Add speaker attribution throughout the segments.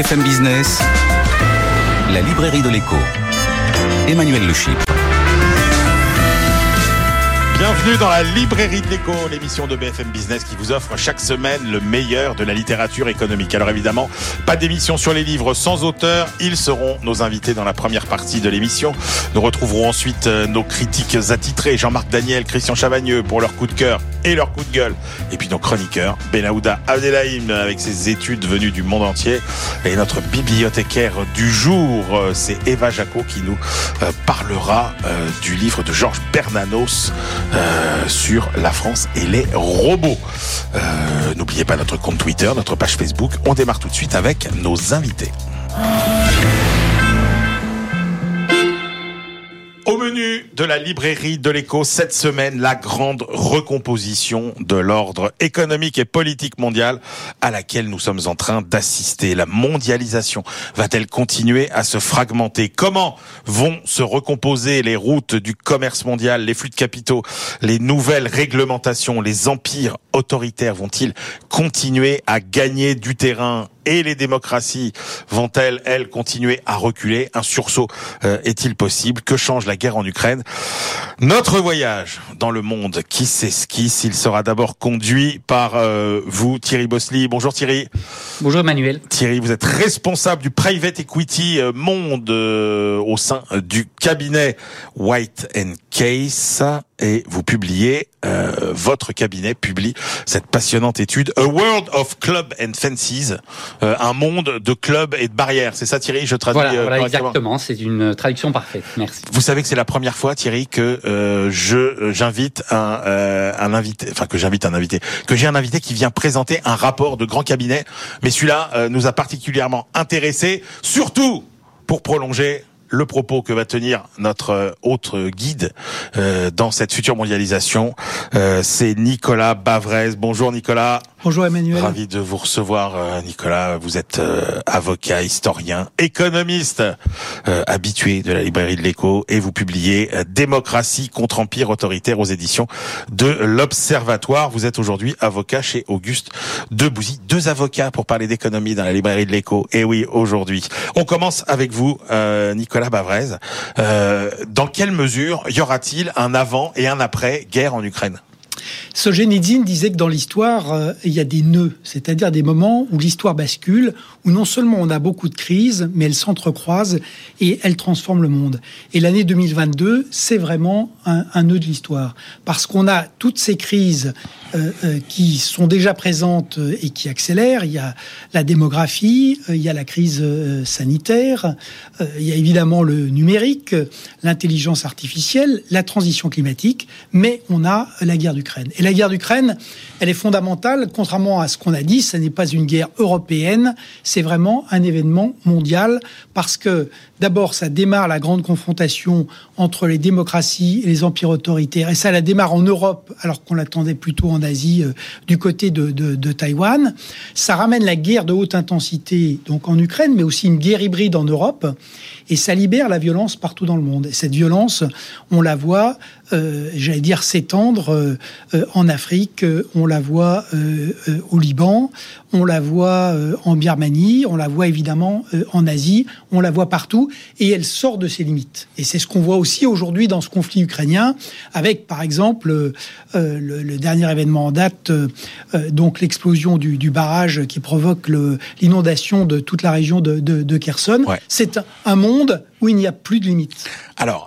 Speaker 1: BFM Business, la librairie de l'écho. Emmanuel Le Chypre.
Speaker 2: Bienvenue dans la librairie de l'écho, l'émission de BFM Business qui vous offre chaque semaine le meilleur de la littérature économique. Alors évidemment, pas d'émission sur les livres sans auteur. Ils seront nos invités dans la première partie de l'émission. Nous retrouverons ensuite nos critiques attitrés, Jean-Marc Daniel, Christian Chavagneux pour leur coup de cœur et leur coup de gueule. Et puis nos chroniqueurs, Benaouda Abdelhaim avec ses études venues du monde entier. Et notre bibliothécaire du jour, c'est Eva Jacot qui nous parlera du livre de Georges Bernanos sur la France et les robots. N'oubliez pas notre compte Twitter, notre page Facebook. On démarre tout de suite avec nos invités. Au menu de la librairie de l'écho cette semaine, la grande recomposition de l'ordre économique et politique mondial à laquelle nous sommes en train d'assister. La mondialisation va-t-elle continuer à se fragmenter? Comment vont se recomposer les routes du commerce mondial, les flux de capitaux, les nouvelles réglementations, les empires autoritaires vont-ils continuer à gagner du terrain? Et les démocraties vont-elles, elles, continuer à reculer? Un sursaut est-il possible? Que change la guerre en Ukraine? Notre voyage dans le monde qui s'esquisse, il sera d'abord conduit par vous, Thierry Bosley. Bonjour Thierry.
Speaker 3: Bonjour Emmanuel.
Speaker 2: Thierry, vous êtes responsable du Private Equity Monde au sein du cabinet White & Case. Et vous publiez, votre cabinet publie cette passionnante étude A World of Club and Fences, un monde de clubs et de barrières. C'est ça Thierry, je traduis
Speaker 3: Voilà exactement, c'est une traduction parfaite. Merci.
Speaker 2: Vous savez que c'est la première fois Thierry que j'invite un invité, que j'ai un invité qui vient présenter un rapport de grand cabinet, mais celui-là nous a particulièrement intéressés, surtout pour prolonger le propos que va tenir notre autre guide dans cette future mondialisation, c'est Nicolas Bavrez. Bonjour Nicolas.
Speaker 4: Bonjour Emmanuel.
Speaker 2: Ravi de vous recevoir Nicolas. Vous êtes avocat, historien, économiste, habitué de la librairie de l'écho et vous publiez Démocratie contre empire autoritaire aux éditions de l'Observatoire. Vous êtes aujourd'hui avocat chez Auguste Debouzy. 2 avocats pour parler d'économie dans la librairie de l'écho. Et oui, aujourd'hui. On commence avec vous Nicolas Bavrez. Dans quelle mesure y aura-t-il un avant et un après guerre en Ukraine?
Speaker 4: Solzhenitsyn disait que dans l'histoire, il y a des nœuds, c'est-à-dire des moments où l'histoire bascule, où non seulement on a beaucoup de crises, mais elles s'entrecroisent et elles transforment le monde. Et l'année 2022, c'est vraiment un nœud de l'histoire. Parce qu'on a toutes ces crises qui sont déjà présentes et qui accélèrent. Il y a la démographie, il y a la crise sanitaire, il y a évidemment le numérique, l'intelligence artificielle, la transition climatique, mais on a la guerre d'Ukraine. Et la guerre d'Ukraine, elle est fondamentale. Contrairement à ce qu'on a dit, ce n'est pas une guerre européenne, c'est vraiment un événement mondial parce que d'abord, ça démarre la grande confrontation entre les démocraties et les empires autoritaires. Et ça la démarre en Europe, alors qu'on l'attendait plutôt en Asie, du côté de Taïwan. Ça ramène la guerre de haute intensité donc en Ukraine, mais aussi une guerre hybride en Europe. Et ça libère la violence partout dans le monde. Et cette violence, on la voit, s'étendre en Afrique, on la voit au Liban, on la voit en Birmanie, on la voit évidemment en Asie, on la voit partout, et elle sort de ses limites. Et c'est ce qu'on voit aussi aujourd'hui dans ce conflit ukrainien, avec par exemple le dernier événement en date, donc l'explosion du barrage qui provoque l'inondation de toute la région de Kherson. Ouais. C'est un monde où il n'y a plus de limites.
Speaker 2: Alors,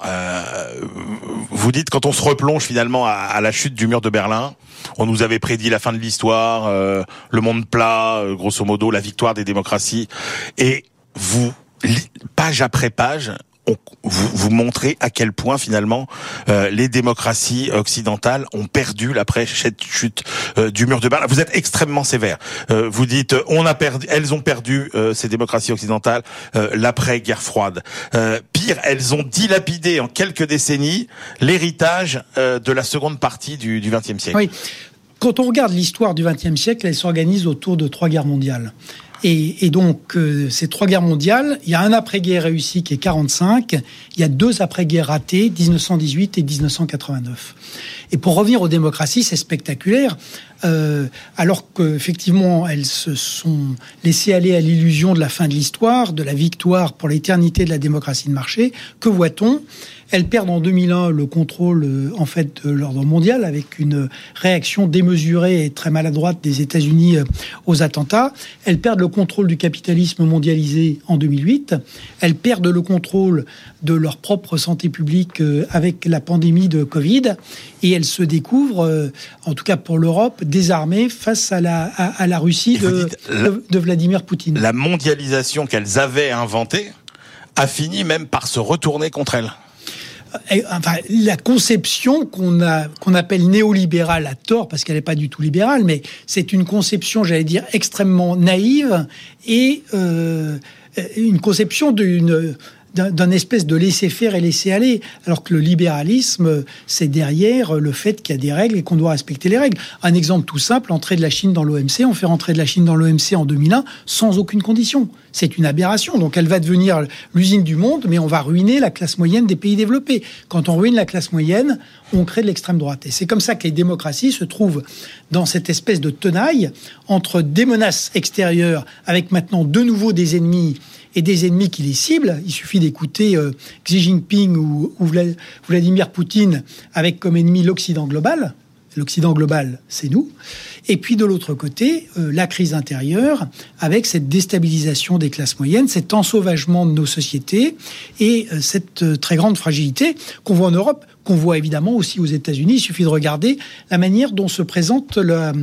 Speaker 2: vous dites, quand on se replonge finalement à la chute du mur de Berlin, on nous avait prédit la fin de l'histoire, le monde plat, grosso modo, la victoire des démocraties. Et vous, page après page, vous montrez à quel point finalement les démocraties occidentales ont perdu l'après cette chute du mur de Berlin. Vous êtes extrêmement sévère. Vous dites elles ont perdu ces démocraties occidentales l'après guerre froide. Pire, elles ont dilapidé en quelques décennies l'héritage de la seconde partie du XXe siècle.
Speaker 4: Oui. Quand on regarde l'histoire du XXe siècle, elle s'organise autour de 3 guerres mondiales. Et donc, ces 3 guerres mondiales, il y a un après-guerre réussi qui est 45, il y a 2 après-guerres ratées, 1918 et 1989. Et pour revenir aux démocraties, c'est spectaculaire. alors qu'effectivement, elles se sont laissées aller à l'illusion de la fin de l'histoire, de la victoire pour l'éternité de la démocratie de marché. Que voit-on ? Elles perdent en 2001 le contrôle en fait de l'ordre mondial avec une réaction démesurée et très maladroite des États-Unis aux attentats. Elles perdent le contrôle du capitalisme mondialisé en 2008. Elles perdent le contrôle de leur propre santé publique avec la pandémie de Covid. Et elles se découvrent, en tout cas pour l'Europe, désarmées face à la Russie de Vladimir Poutine.
Speaker 2: La mondialisation qu'elles avaient inventée a fini même par se retourner contre elles.
Speaker 4: Enfin, la conception qu'on appelle néolibérale à tort, parce qu'elle n'est pas du tout libérale, mais c'est une conception, j'allais dire, extrêmement naïve et une conception d'un espèce de laisser-faire et laisser-aller, alors que le libéralisme, c'est derrière le fait qu'il y a des règles et qu'on doit respecter les règles. Un exemple tout simple, l'entrée de la Chine dans l'OMC. On fait rentrer de la Chine dans l'OMC en 2001 sans aucune condition. C'est une aberration. Donc elle va devenir l'usine du monde, mais on va ruiner la classe moyenne des pays développés. Quand on ruine la classe moyenne, on crée de l'extrême droite. Et c'est comme ça que les démocraties se trouvent dans cette espèce de tenaille entre des menaces extérieures, avec maintenant de nouveau des ennemis, et des ennemis qui les ciblent. Il suffit d'écouter Xi Jinping ou Vladimir Poutine avec comme ennemi l'Occident global. L'Occident global, c'est nous. Et puis de l'autre côté, la crise intérieure avec cette déstabilisation des classes moyennes, cet ensauvagement de nos sociétés et cette très grande fragilité qu'on voit en Europe, qu'on voit évidemment aussi aux États-Unis. Il suffit de regarder la manière dont se présente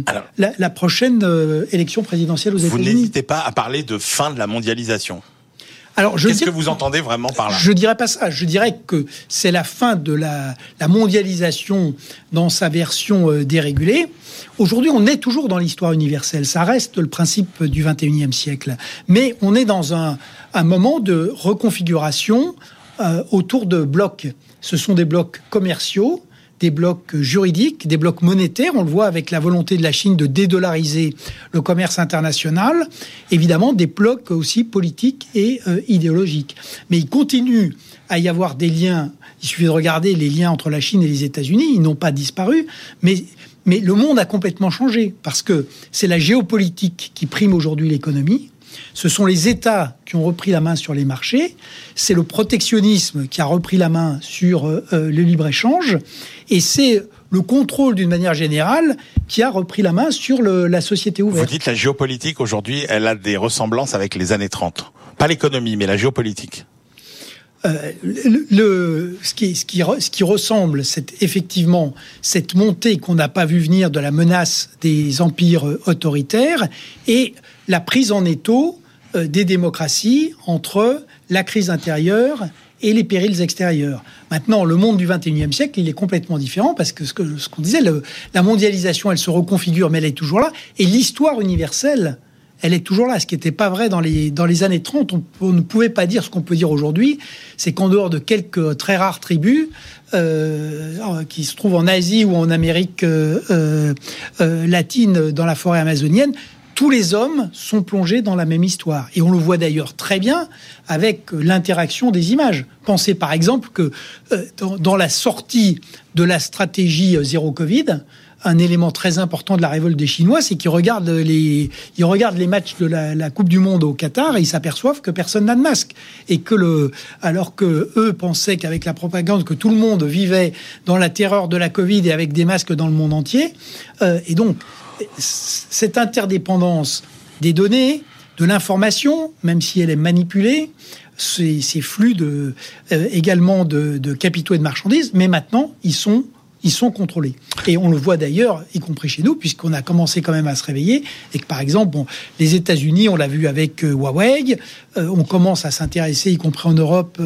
Speaker 4: la prochaine élection présidentielle aux États-Unis.
Speaker 2: Vous n'hésitez pas à parler de fin de la mondialisation.
Speaker 4: Alors,
Speaker 2: qu'est-ce que vous entendez vraiment par là ?
Speaker 4: Je dirais pas ça. Je dirais que c'est la fin de la mondialisation dans sa version dérégulée. Aujourd'hui, on est toujours dans l'histoire universelle. Ça reste le principe du 21e siècle. Mais on est dans un moment de reconfiguration autour de blocs. Ce sont des blocs commerciaux, des blocs juridiques, des blocs monétaires. On le voit avec la volonté de la Chine de dédollariser le commerce international. Évidemment, des blocs aussi politiques et idéologiques. Mais il continue à y avoir des liens. Il suffit de regarder les liens entre la Chine et les États-Unis. Ils n'ont pas disparu. Mais le monde a complètement changé parce que c'est la géopolitique qui prime aujourd'hui l'économie. Ce sont les États qui ont repris la main sur les marchés. C'est le protectionnisme qui a repris la main sur le libre-échange. Et c'est le contrôle, d'une manière générale, qui a repris la main sur la société ouverte.
Speaker 2: Vous dites la géopolitique, aujourd'hui, elle a des ressemblances avec les années 30. Pas l'économie, mais la géopolitique.
Speaker 4: Ce qui ressemble, c'est effectivement cette montée qu'on n'a pas vu venir de la menace des empires autoritaires et la prise en étau des démocraties entre la crise intérieure et les périls extérieurs. Maintenant, le monde du 21e siècle, il est complètement différent parce que ce qu'on disait, la mondialisation, elle se reconfigure, mais elle est toujours là. Et l'histoire universelle, elle est toujours là. Ce qui n'était pas vrai dans les années 30, on ne pouvait pas dire ce qu'on peut dire aujourd'hui. C'est qu'en dehors de quelques très rares tribus qui se trouvent en Asie ou en Amérique latine, dans la forêt amazonienne, tous les hommes sont plongés dans la même histoire. Et on le voit d'ailleurs très bien avec l'interaction des images. Pensez par exemple que dans la sortie de la stratégie zéro Covid, un élément très important de la révolte des Chinois, c'est qu'ils regardent les matchs de la Coupe du Monde au Qatar et ils s'aperçoivent que personne n'a de masque. Et alors que eux pensaient qu'avec la propagande, que tout le monde vivait dans la terreur de la Covid et avec des masques dans le monde entier. Et donc, cette interdépendance des données, de l'information, même si elle est manipulée, ces flux également de capitaux et de marchandises, mais maintenant, ils sont contrôlés. Et on le voit d'ailleurs, y compris chez nous, puisqu'on a commencé quand même à se réveiller, et que par exemple, les États-Unis, on l'a vu avec Huawei, on commence à s'intéresser, y compris en Europe,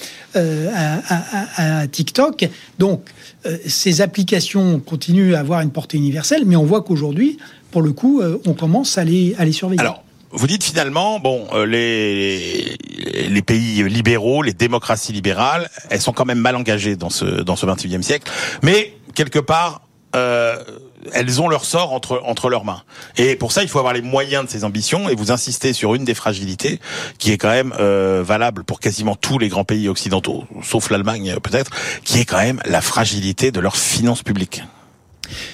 Speaker 4: à TikTok. Donc, ces applications continuent à avoir une portée universelle, mais on voit qu'aujourd'hui, pour le coup, on commence à les surveiller.
Speaker 2: Alors, vous dites finalement, les pays libéraux, les démocraties libérales, elles sont quand même mal engagées dans ce 21e siècle, mais quelque part, elles ont leur sort entre leurs mains. Et pour ça, il faut avoir les moyens de ces ambitions, et vous insistez sur une des fragilités qui est quand même valable pour quasiment tous les grands pays occidentaux, sauf l'Allemagne peut-être, qui est quand même la fragilité de leurs finances publiques.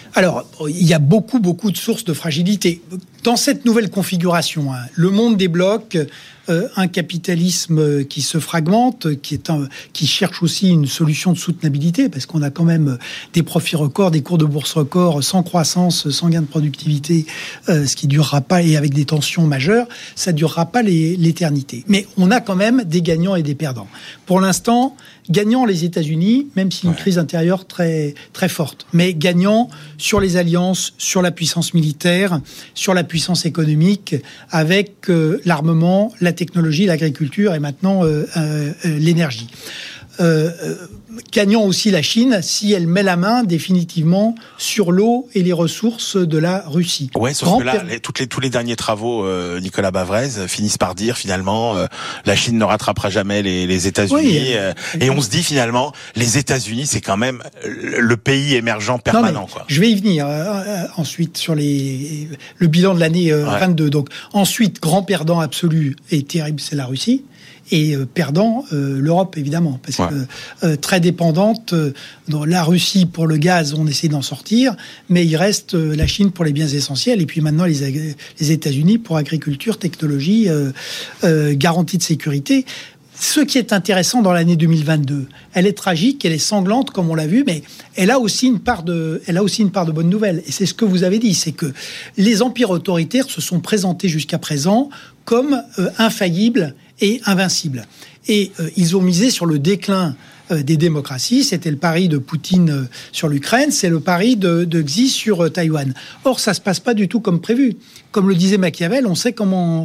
Speaker 4: Alors, il y a beaucoup de sources de fragilité. Dans cette nouvelle configuration, le monde des blocs, un capitalisme qui se fragmente, qui cherche aussi une solution de soutenabilité, parce qu'on a quand même des profits records, des cours de bourse records, sans croissance, sans gain de productivité, ce qui durera pas, et avec des tensions majeures, ça durera pas l'éternité. Mais on a quand même des gagnants et des perdants. Pour l'instant, gagnant les États-Unis, même si une crise intérieure très, très forte, mais gagnant sur les alliances, sur la puissance militaire, sur la puissance économique, avec l'armement, la technologie, l'agriculture et maintenant l'énergie. Gagnant aussi la Chine si elle met la main définitivement sur l'eau et les ressources de la Russie.
Speaker 2: Ouais, sauf que là, tous les derniers travaux, Nicolas Bavrez, finissent par dire finalement la Chine ne rattrapera jamais les États-Unis. Et on se dit finalement, les États-Unis, c'est quand même le pays émergent permanent. Quoi.
Speaker 4: Je vais y venir ensuite sur le bilan de l'année 22. Donc ensuite, grand perdant absolu et terrible, c'est la Russie. Et perdant l'Europe, évidemment, parce que très dépendante. Dans la Russie, pour le gaz, on essaie d'en sortir, mais il reste la Chine pour les biens essentiels, et puis maintenant les États-Unis pour agriculture, technologie, garantie de sécurité. Ce qui est intéressant dans l'année 2022, elle est tragique, elle est sanglante, comme on l'a vu, mais elle a aussi une part de bonnes nouvelles. Et c'est ce que vous avez dit, c'est que les empires autoritaires se sont présentés jusqu'à présent comme infaillibles et invincibles. Et ils ont misé sur le déclin des démocraties. C'était le pari de Poutine sur l'Ukraine, c'est le pari de Xi sur Taïwan. Or, ça se passe pas du tout comme prévu. Comme le disait Machiavel, on sait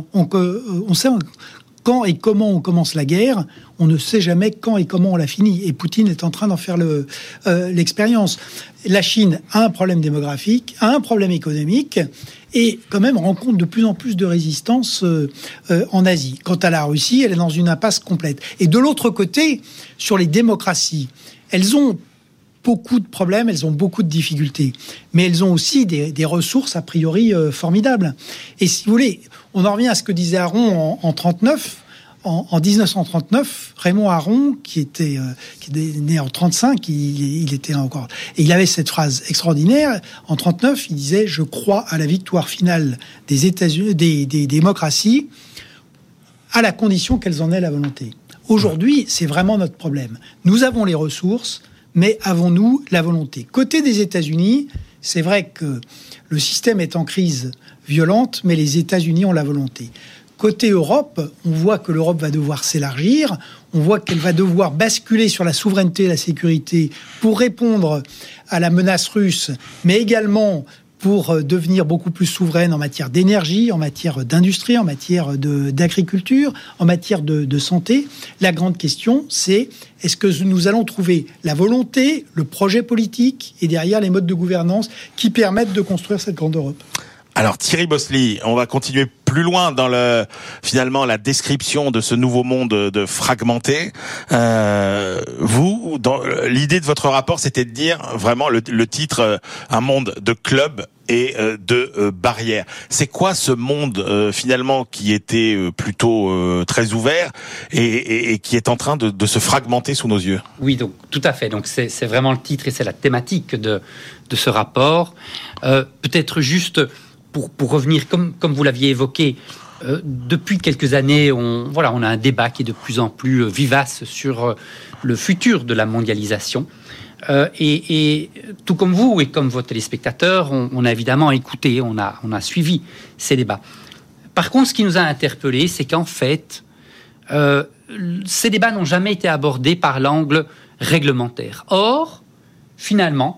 Speaker 4: quand et comment on commence la guerre, on ne sait jamais quand et comment on la finit. Et Poutine est en train d'en faire l'expérience. La Chine a un problème démographique, a un problème économique, et quand même rencontre de plus en plus de résistance en Asie. Quant à la Russie, elle est dans une impasse complète. Et de l'autre côté, sur les démocraties, elles ont beaucoup de problèmes, elles ont beaucoup de difficultés. Mais elles ont aussi des ressources, a priori, formidables. Et si vous voulez, on en revient à ce que disait Aron en 1939. En 1939, Raymond Aron, qui est né en 1935, il était encore... Et il avait cette phrase extraordinaire. En 1939, il disait « Je crois à la victoire finale des États-Unis, des démocraties, à la condition qu'elles en aient la volonté. » Aujourd'hui, c'est vraiment notre problème. Nous avons les ressources, mais avons-nous la volonté ? Côté des États-Unis, c'est vrai que le système est en crise violente, mais les États-Unis ont la volonté. Côté Europe, on voit que l'Europe va devoir s'élargir, on voit qu'elle va devoir basculer sur la souveraineté et la sécurité pour répondre à la menace russe, mais également pour devenir beaucoup plus souveraine en matière d'énergie, en matière d'industrie, en matière d'agriculture, en matière de santé. La grande question, c'est est-ce que nous allons trouver la volonté, le projet politique et derrière les modes de gouvernance qui permettent de construire cette grande Europe ?
Speaker 2: Alors Thierry Bossely, on va continuer plus loin dans finalement la description de ce nouveau monde de fragmenté. Vous, dans l'idée de votre rapport, c'était de dire vraiment le titre un monde de clubs et de barrières. C'est quoi ce monde finalement qui était plutôt très ouvert et qui est en train de se fragmenter sous nos yeux ?
Speaker 3: Oui, donc tout à fait. Donc c'est vraiment le titre et c'est la thématique de ce rapport. Peut-être juste pour revenir, comme vous l'aviez évoqué, depuis quelques années, on a un débat qui est de plus en plus vivace sur le futur de la mondialisation. Et tout comme vous et comme vos téléspectateurs, on a évidemment écouté, on a suivi ces débats. Par contre, ce qui nous a interpellés, c'est qu'en fait, ces débats n'ont jamais été abordés par l'angle réglementaire. Or, finalement,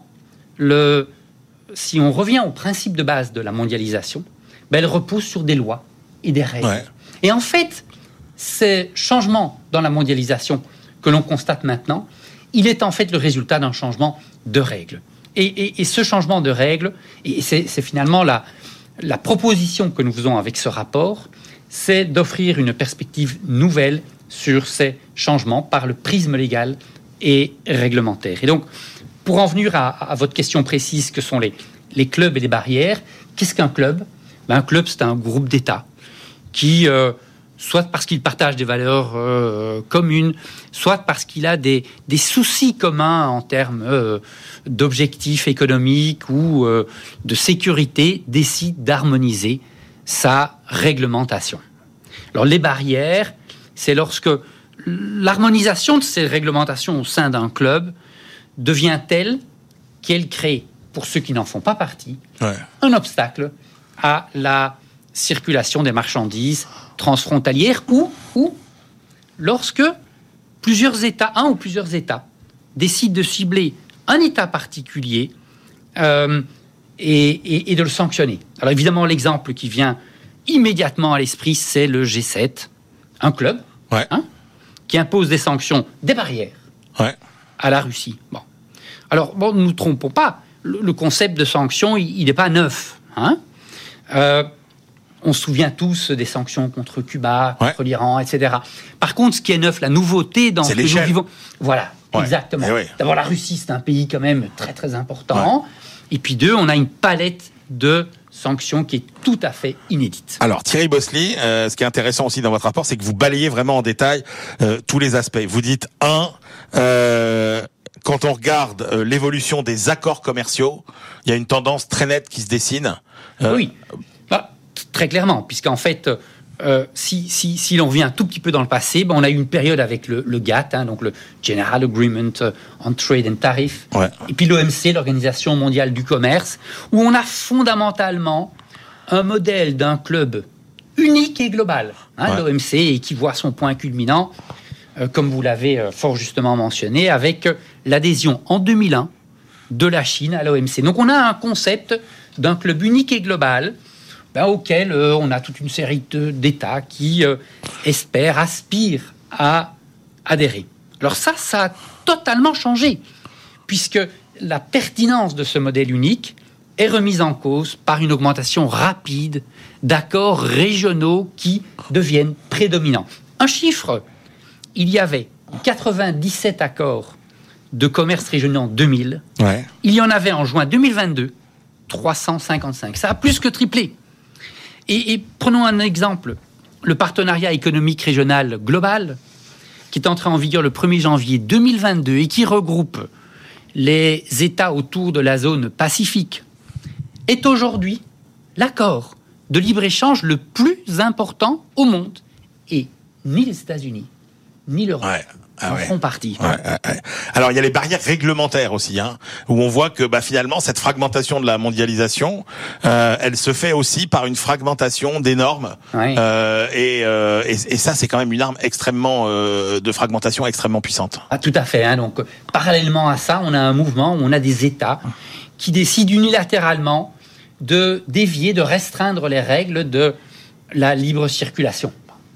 Speaker 3: si on revient au principe de base de la mondialisation, elle repose sur des lois et des règles. Ouais. Et en fait, ces changements dans la mondialisation que l'on constate maintenant, il est en fait le résultat d'un changement de règles. Et ce changement de règles, et c'est finalement la proposition que nous faisons avec ce rapport, c'est d'offrir une perspective nouvelle sur ces changements par le prisme légal et réglementaire. Et donc, pour en venir à votre question précise, que sont les clubs et les barrières, qu'est-ce qu'un club ? Un club, c'est un groupe d'États qui soit parce qu'il partage des valeurs communes, soit parce qu'il a des soucis communs en termes d'objectifs économiques ou de sécurité, décide d'harmoniser sa réglementation. Alors les barrières, c'est lorsque l'harmonisation de ces réglementations au sein d'un club devient telle qu'elle crée, pour ceux qui n'en font pas partie, un obstacle à la circulation des marchandises transfrontalières ou lorsque un ou plusieurs États décident de cibler un État particulier et de le sanctionner. Alors évidemment, l'exemple qui vient immédiatement à l'esprit, c'est le G7, un club qui impose des sanctions, des barrières à la Russie. Bon. Alors, ne nous trompons pas, le concept de sanction, il n'est pas neuf. On se souvient tous des sanctions contre Cuba, contre l'Iran, etc. Par contre, ce qui est neuf, la nouveauté dans ce que nous vivons... Voilà, exactement. D'abord, la Russie, c'est un pays quand même très, très important. Et puis deux, on a une palette de sanctions qui est tout à fait inédite.
Speaker 2: Alors, Thierry Bossely, ce qui est intéressant aussi dans votre rapport, c'est que vous balayez vraiment en détail tous les aspects. Vous dites, quand on regarde l'évolution des accords commerciaux, il y a une tendance très nette qui se dessine.
Speaker 3: Oui, très clairement, puisqu'en fait, si l'on revient un tout petit peu dans le passé, on a eu une période avec le GATT, donc le General Agreement on Trade and Tariff, et puis l'OMC, l'Organisation mondiale du commerce, où on a fondamentalement un modèle d'un club unique et global, l'OMC, et qui voit son point culminant, comme vous l'avez fort justement mentionné, avec l'adhésion en 2001 de la Chine à l'OMC. Donc on a un concept d'un club unique et global auquel on a toute une série d'États qui aspirent à adhérer. Alors ça a totalement changé, puisque la pertinence de ce modèle unique est remise en cause par une augmentation rapide d'accords régionaux qui deviennent prédominants. Un chiffre, il y avait 97 accords de commerce régionaux en 2000. Il y en avait en juin 2022, 355. Ça a plus que triplé. Et prenons un exemple, le partenariat économique régional global, qui est entré en vigueur le 1er janvier 2022 et qui regroupe les États autour de la zone Pacifique, est aujourd'hui l'accord de libre-échange le plus important au monde. Et ni les États-Unis, ni l'Europe en font partie.
Speaker 2: Alors, il y a les barrières réglementaires aussi, où on voit que finalement, cette fragmentation de la mondialisation, elle se fait aussi par une fragmentation des normes. Et ça, c'est quand même une arme extrêmement de fragmentation extrêmement puissante.
Speaker 3: Tout à fait. Donc, parallèlement à ça, on a un mouvement où on a des États qui décident unilatéralement de dévier, de restreindre les règles de la libre circulation.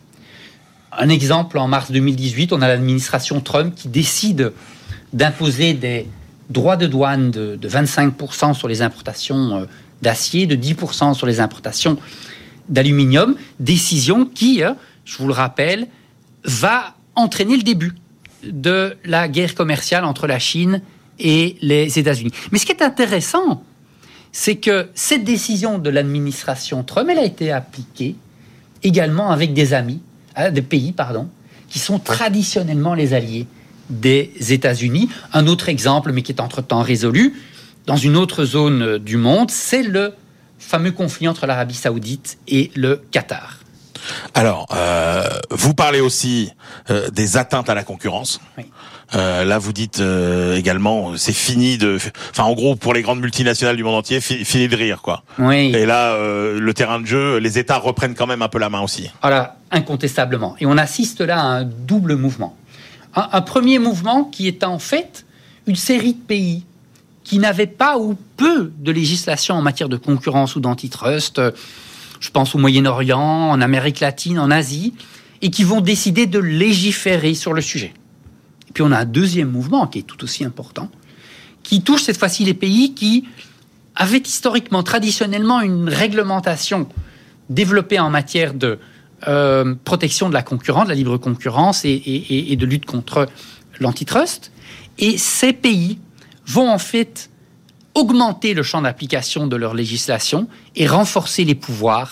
Speaker 3: Un exemple, en mars 2018, on a l'administration Trump qui décide d'imposer des droits de douane de 25% sur les importations d'acier, de 10% sur les importations d'aluminium. Décision qui, je vous le rappelle, va entraîner le début de la guerre commerciale entre la Chine et les États-Unis. Mais ce qui est intéressant, c'est que cette décision de l'administration Trump, elle a été appliquée également avec des pays qui sont traditionnellement les alliés des États-Unis. Un autre exemple, mais qui est entre-temps résolu, dans une autre zone du monde, c'est le fameux conflit entre l'Arabie Saoudite et le Qatar.
Speaker 2: Alors, vous parlez aussi des atteintes à la concurrence. Là, vous dites également, c'est fini en gros, pour les grandes multinationales du monde entier, fini de rire, quoi. Et là, le terrain de jeu, les États reprennent quand même un peu la main aussi.
Speaker 3: Voilà, incontestablement. Et on assiste là à un double mouvement. Un premier mouvement qui est en fait une série de pays qui n'avaient pas ou peu de législation en matière de concurrence ou d'antitrust. Je pense au Moyen-Orient, en Amérique latine, en Asie, et qui vont décider de légiférer sur le sujet. Et puis on a un deuxième mouvement qui est tout aussi important, qui touche cette fois-ci les pays qui avaient historiquement, traditionnellement, une réglementation développée en matière de protection de la concurrence, de la libre concurrence et de lutte contre l'antitrust. Et ces pays vont en fait augmenter le champ d'application de leur législation et renforcer les pouvoirs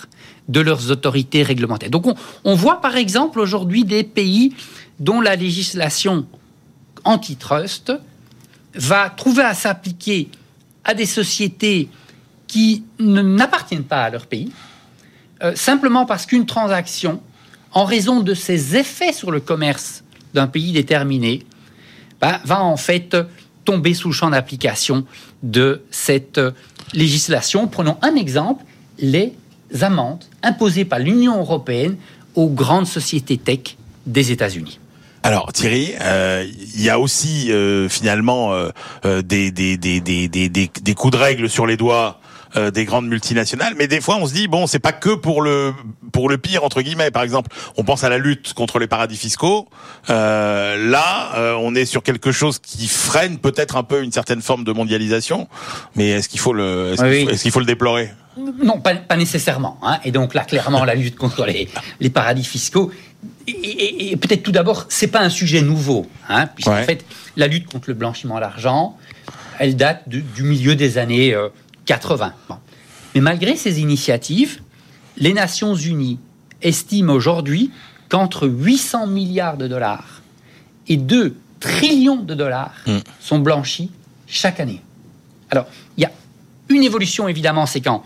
Speaker 3: de leurs autorités réglementaires. Donc on voit par exemple aujourd'hui des pays dont la législation antitrust va trouver à s'appliquer à des sociétés qui n'appartiennent pas à leur pays, simplement parce qu'une transaction, en raison de ses effets sur le commerce d'un pays déterminé, va en fait tomber sous le champ d'application de cette législation. Prenons un exemple, les amendes imposées par l'Union européenne aux grandes sociétés tech des États-Unis.
Speaker 2: Alors Thierry, il y a aussi finalement des coups de règle sur les doigts des grandes multinationales, mais des fois on se dit bon, c'est pas que pour le pire entre guillemets. Par exemple, on pense à la lutte contre les paradis fiscaux. On est sur quelque chose qui freine peut-être un peu une certaine forme de mondialisation, mais est-ce qu'il faut le déplorer?
Speaker 3: Non, pas nécessairement. Hein. Et donc là, clairement, la lutte contre les paradis fiscaux. Et peut-être tout d'abord, c'est pas un sujet nouveau, hein, puisqu'en fait, la lutte contre le blanchiment d'argent, elle date du milieu des années 80. Bon. Mais malgré ces initiatives, les Nations Unies estiment aujourd'hui qu'entre 800 milliards de dollars et 2 trillions de dollars sont blanchis chaque année. Alors, il y a une évolution, évidemment, c'est qu'en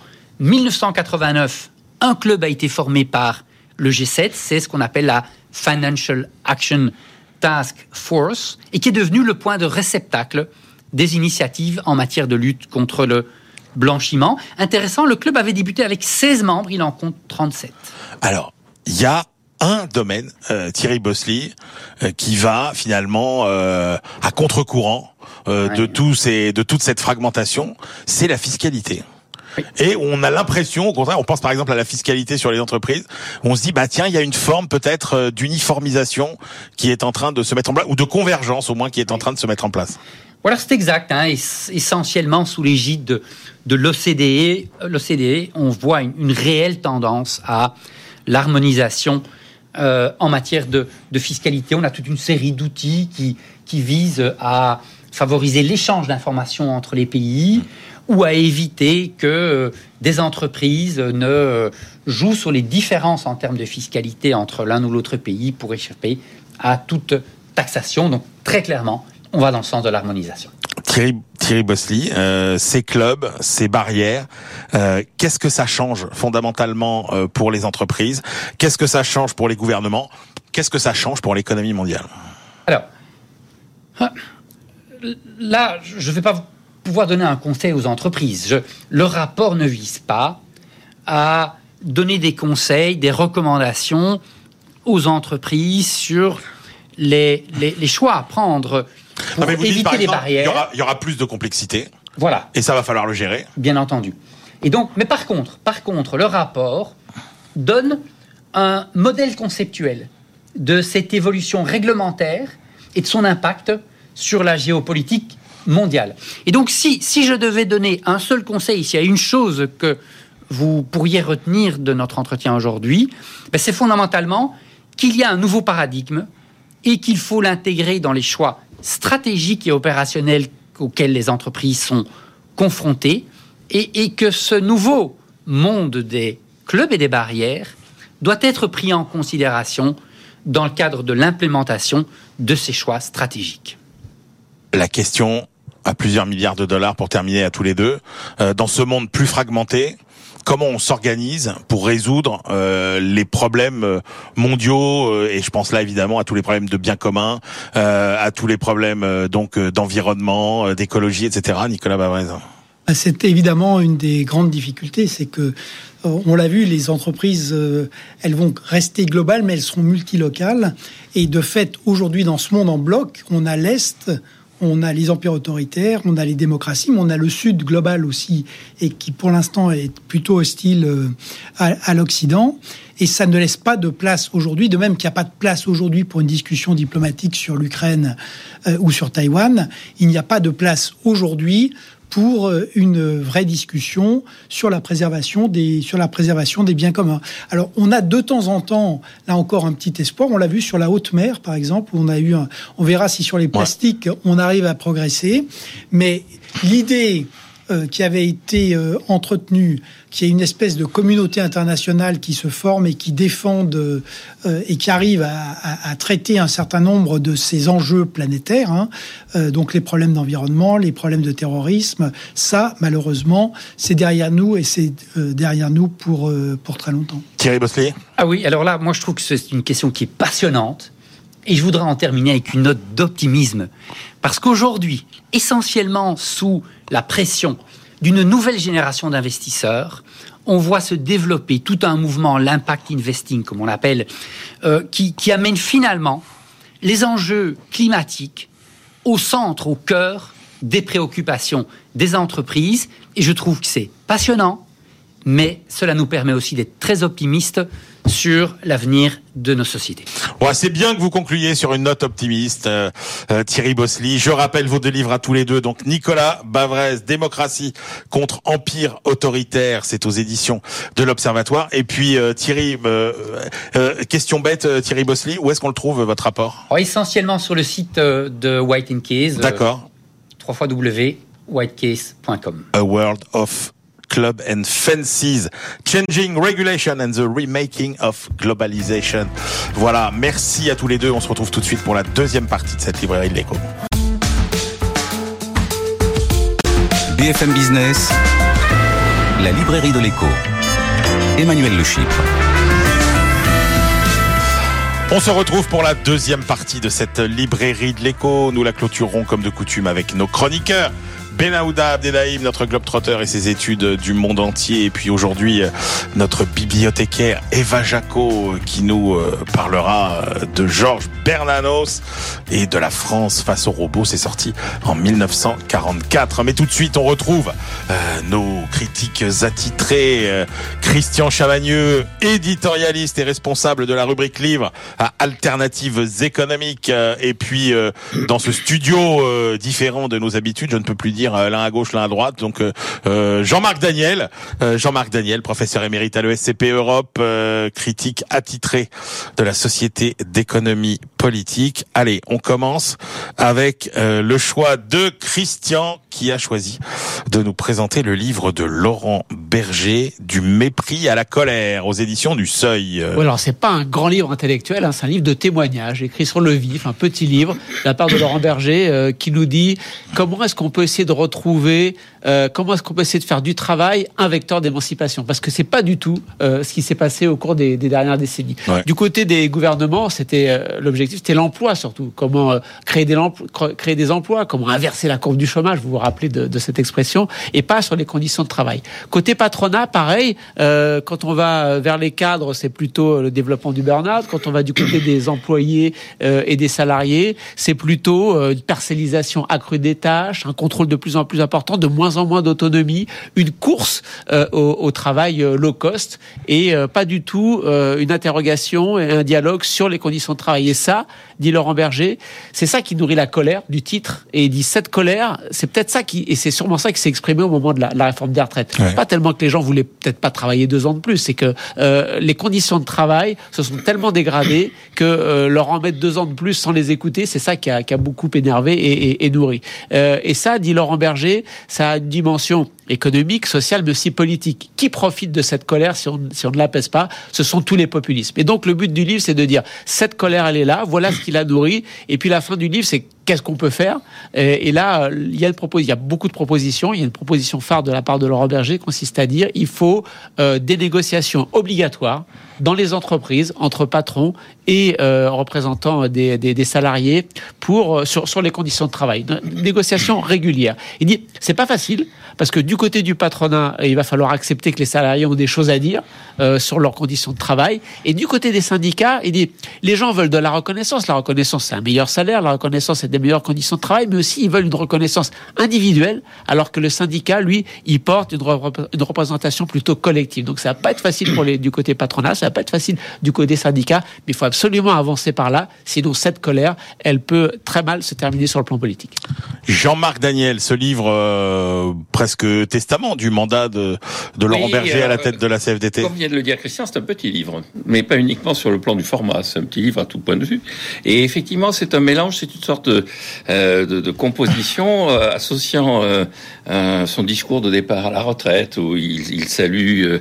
Speaker 3: 1989, un club a été formé par le G7, c'est ce qu'on appelle la Financial Action Task Force, et qui est devenu le point de réceptacle des initiatives en matière de lutte contre le blanchiment. Intéressant, le club avait débuté avec 16 membres, il en compte 37.
Speaker 2: Alors, il y a un domaine, Thierry Bosley, qui va finalement à contre-courant de toute cette fragmentation, c'est la fiscalité. Oui. Et on a l'impression, au contraire, on pense par exemple à la fiscalité sur les entreprises, on se dit, tiens, il y a une forme peut-être d'uniformisation qui est en train de se mettre en place, ou de convergence au moins qui est en train de se mettre en place.
Speaker 3: Voilà, c'est exact. Essentiellement sous l'égide de l'OCDE, on voit une réelle tendance à l'harmonisation en matière de fiscalité. On a toute une série d'outils qui visent à favoriser l'échange d'informations entre les pays, ou à éviter que des entreprises ne jouent sur les différences en termes de fiscalité entre l'un ou l'autre pays pour échapper à toute taxation. Donc, très clairement, on va dans le sens de l'harmonisation.
Speaker 2: Thierry Bosley, ces clubs, ces barrières, qu'est-ce que ça change fondamentalement pour les entreprises? Qu'est-ce que ça change pour les gouvernements? Qu'est-ce que ça change pour l'économie mondiale?
Speaker 3: Alors, là, je ne vais pas pouvoir donner un conseil aux entreprises. Le rapport ne vise pas à donner des conseils, des recommandations aux entreprises sur les choix à prendre pour éviter les barrières.
Speaker 2: Il y aura plus de complexité.
Speaker 3: Voilà.
Speaker 2: Et ça va falloir le gérer.
Speaker 3: Bien entendu. Et donc, mais par contre, le rapport donne un modèle conceptuel de cette évolution réglementaire et de son impact sur la géopolitique mondiale. Et donc, si je devais donner un seul conseil, s'il y a une chose que vous pourriez retenir de notre entretien aujourd'hui, c'est fondamentalement qu'il y a un nouveau paradigme et qu'il faut l'intégrer dans les choix stratégiques et opérationnels auxquels les entreprises sont confrontées et que ce nouveau monde des clubs et des barrières doit être pris en considération dans le cadre de l'implémentation de ces choix stratégiques.
Speaker 2: La question à plusieurs milliards de dollars pour terminer à tous les deux, dans ce monde plus fragmenté, comment on s'organise pour résoudre les problèmes mondiaux, et je pense là évidemment à tous les problèmes de biens communs, à tous les problèmes d'environnement, d'écologie, etc. Nicolas Bavrez.
Speaker 4: C'est évidemment une des grandes difficultés, c'est que on l'a vu, les entreprises, elles vont rester globales, mais elles seront multilocales. Et de fait, aujourd'hui, dans ce monde en bloc, on a l'Est, on a les empires autoritaires, on a les démocraties, mais on a le Sud global aussi, et qui pour l'instant est plutôt hostile à l'Occident. Et ça ne laisse pas de place aujourd'hui, de même qu'il n'y a pas de place aujourd'hui pour une discussion diplomatique sur l'Ukraine ou sur Taïwan. Il n'y a pas de place aujourd'hui pour une vraie discussion sur la préservation des biens communs. Alors, on a de temps en temps, là encore, un petit espoir. On l'a vu sur la haute mer, par exemple, où on verra si sur les plastiques, on arrive à progresser. Mais l'idée qui avait été entretenu, qu'il y ait une espèce de communauté internationale qui se forme et qui défende et qui arrive à traiter un certain nombre de ces enjeux planétaires, donc les problèmes d'environnement, les problèmes de terrorisme, ça, malheureusement, c'est derrière nous et c'est derrière nous pour très longtemps.
Speaker 2: Thierry Bosselier ?
Speaker 3: Ah oui, alors là, moi je trouve que c'est une question qui est passionnante et je voudrais en terminer avec une note d'optimisme parce qu'aujourd'hui, essentiellement sous la pression d'une nouvelle génération d'investisseurs, on voit se développer tout un mouvement, l'impact investing, comme on l'appelle, qui amène finalement les enjeux climatiques au centre, au cœur des préoccupations des entreprises. Et je trouve que c'est passionnant, mais cela nous permet aussi d'être très optimistes sur l'avenir de nos sociétés.
Speaker 2: Ouais, c'est bien que vous concluiez sur une note optimiste, Thierry Bossely. Je rappelle vos deux livres à tous les deux. Donc Nicolas Bavrez, Démocratie contre empire autoritaire, c'est aux éditions de l'Observatoire. Et puis Thierry, question bête, Thierry Bossely, où est-ce qu'on le trouve votre rapport ?
Speaker 3: Essentiellement sur le site de White & Case.
Speaker 2: D'accord.
Speaker 3: www.whitecase.com.
Speaker 2: A World of Club and Fences, Changing Regulation and the Remaking of Globalization. Voilà, merci à tous les deux. On se retrouve tout de suite pour la deuxième partie de cette librairie de l'écho.
Speaker 1: BFM Business, la librairie de l'écho. Emmanuel Le Chypre.
Speaker 2: On se retrouve pour la deuxième partie de cette librairie de l'écho. Nous la clôturerons comme de coutume avec nos chroniqueurs. Benahouda Abdelhaim, notre globetrotter et ses études du monde entier. Et puis aujourd'hui, notre bibliothécaire Eva Jaco qui nous parlera de Georges Bernanos et de la France face aux robots. C'est sorti en 1944. Mais tout de suite, on retrouve nos critiques attitrés. Christian Chavagneux, éditorialiste et responsable de la rubrique livre à Alternatives économiques. Et puis, dans ce studio différent de nos habitudes, je ne peux plus dire l'un à gauche, l'un à droite. Donc Jean-Marc Daniel, professeur émérite à l'ESCP Europe, critique attitré de la Société d'économie politique. Allez, on commence avec le choix de Christian qui a choisi de nous présenter le livre de Laurent Berger, Du mépris à la colère, aux éditions du Seuil.
Speaker 5: Alors c'est pas un grand livre intellectuel, c'est un livre de témoignages écrit sur le vif, un petit livre de la part de Laurent Berger qui nous dit comment est-ce qu'on peut essayer de retrouver, comment est-ce qu'on peut essayer de faire du travail un vecteur d'émancipation, parce que c'est pas du tout ce qui s'est passé au cours des dernières décennies. Ouais. Du côté des gouvernements, l'objectif c'était l'emploi surtout, comment créer des emplois, comment inverser la courbe du chômage, vous vous rappelez de cette expression, et pas sur les conditions de travail. Côté patronat, pareil, quand on va vers les cadres, c'est plutôt le développement du burn-out. Quand on va du côté des employés et des salariés, c'est plutôt une parcellisation accrue des tâches, un contrôle de plus en plus important, de moins en moins d'autonomie, une course au travail low cost et pas du tout une interrogation et un dialogue sur les conditions de travail. Et ça, dit Laurent Berger, c'est ça qui nourrit la colère du titre. Et il dit cette colère, c'est peut-être ça et c'est sûrement ça qui s'est exprimé au moment de la réforme des retraites. Ouais. Pas tellement que les gens voulaient peut-être pas travailler 2 ans de plus, c'est que les conditions de travail se sont tellement dégradées que leur en mettre 2 ans de plus sans les écouter, c'est ça qui a beaucoup énervé et nourri. Et ça, dit Laurent Berger, ça a une dimension économique, sociale, mais aussi politique. Qui profite de cette colère si on ne l'apaise pas? Ce sont tous les populismes. Et donc le but du livre, c'est de dire cette colère, elle est là, voilà ce qui la nourrit. Et puis la fin du livre, c'est qu'est-ce qu'on peut faire? Et là, il y a beaucoup de propositions. Il y a une proposition phare de la part de Laurent Berger qui consiste à dire il faut des négociations obligatoires dans les entreprises entre patrons et représentants des salariés sur les conditions de travail. Négociations régulières. Il dit c'est pas facile parce que du côté du patronat, il va falloir accepter que les salariés ont des choses à dire sur leurs conditions de travail. Et du côté des syndicats, il dit les gens veulent de la reconnaissance. La reconnaissance, c'est un meilleur salaire. La reconnaissance, c'est des meilleures conditions de travail. Mais aussi, ils veulent une reconnaissance individuelle, alors que le syndicat, lui, il porte une représentation plutôt collective. Donc, ça va pas être facile du côté patronat, ça va pas être facile du côté syndicat, mais il faut absolument avancer par là. Sinon, cette colère, elle peut très mal se terminer sur le plan politique.
Speaker 2: Jean-Marc Daniel, ce livre presque testament du mandat de Laurent Berger à la tête de la CFDT.
Speaker 6: Comme vient de le dire Christian, c'est un petit livre, mais pas uniquement sur le plan du format. C'est un petit livre à tout point de vue. Et effectivement, c'est un mélange, c'est une sorte de composition associant son discours de départ à la retraite où il salue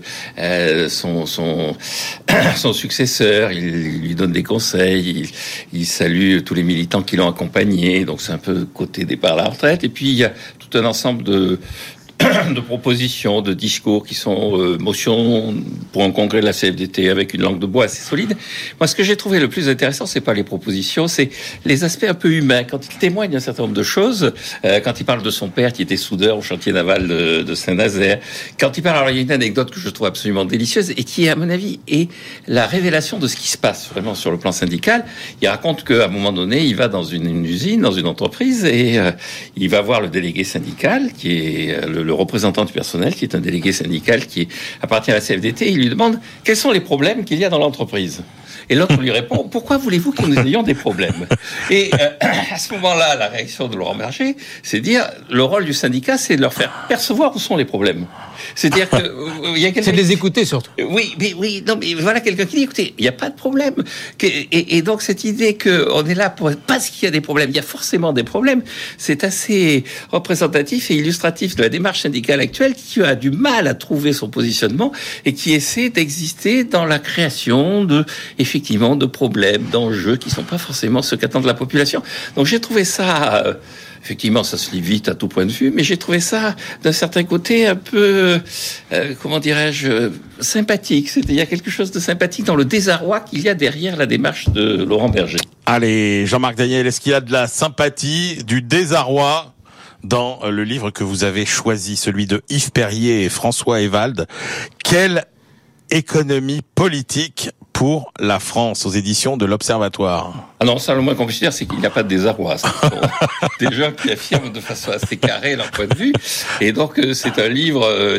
Speaker 6: son successeur, il lui donne des conseils, il salue tous les militants qui l'ont accompagné. Donc c'est un peu côté départ à la retraite. Et puis il y a tout un ensemble de propositions, de discours qui sont motions pour un congrès de la CFDT avec une langue de bois assez solide. Moi, ce que j'ai trouvé le plus intéressant, c'est pas les propositions, c'est les aspects un peu humains. Quand il témoigne d'un certain nombre de choses, quand il parle de son père qui était soudeur au chantier naval de Saint-Nazaire, quand il parle, alors il y a une anecdote que je trouve absolument délicieuse et qui, à mon avis, est la révélation de ce qui se passe vraiment sur le plan syndical. Il raconte qu'à un moment donné, il va dans une usine, dans une entreprise et il va voir le délégué syndical qui est le représentant du personnel, qui est un délégué syndical qui appartient à la CFDT, il lui demande quels sont les problèmes qu'il y a dans l'entreprise. Et l'autre lui répond, pourquoi voulez-vous que nous ayons des problèmes? Et à ce moment-là, la réaction de Laurent Berger, c'est de dire, le rôle du syndicat, c'est de leur faire percevoir où sont les problèmes. C'est-à-dire que il y a quelqu'un...
Speaker 5: C'est de les écouter surtout.
Speaker 6: Oui, mais voilà quelqu'un qui dit, écoutez, il n'y a pas de problème. Et donc cette idée qu'on est là pour parce qu'il y a des problèmes, il y a forcément des problèmes, c'est assez représentatif et illustratif de la démarche syndicale actuelle qui a du mal à trouver son positionnement et qui essaie d'exister dans la création effectivement de problèmes, d'enjeux qui sont pas forcément ceux qu'attendent la population. Donc j'ai trouvé ça... Effectivement, ça se lit vite à tout point de vue, mais j'ai trouvé ça, d'un certain côté, un peu, comment dirais-je, sympathique. Il y a quelque chose de sympathique dans le désarroi qu'il y a derrière la démarche de Laurent Berger.
Speaker 2: Allez, Jean-Marc Daniel, est-ce qu'il y a de la sympathie, du désarroi dans le livre que vous avez choisi, celui de Yves Perrier et François Ewald? Quelle économie politique pour la France, aux éditions de l'Observatoire?
Speaker 6: Ah non, ça, le moins qu'on puisse dire, c'est qu'il n'y a pas de désarroi. Ce sont des gens qui affirment de façon assez carrée leur point de vue. Et donc, c'est un livre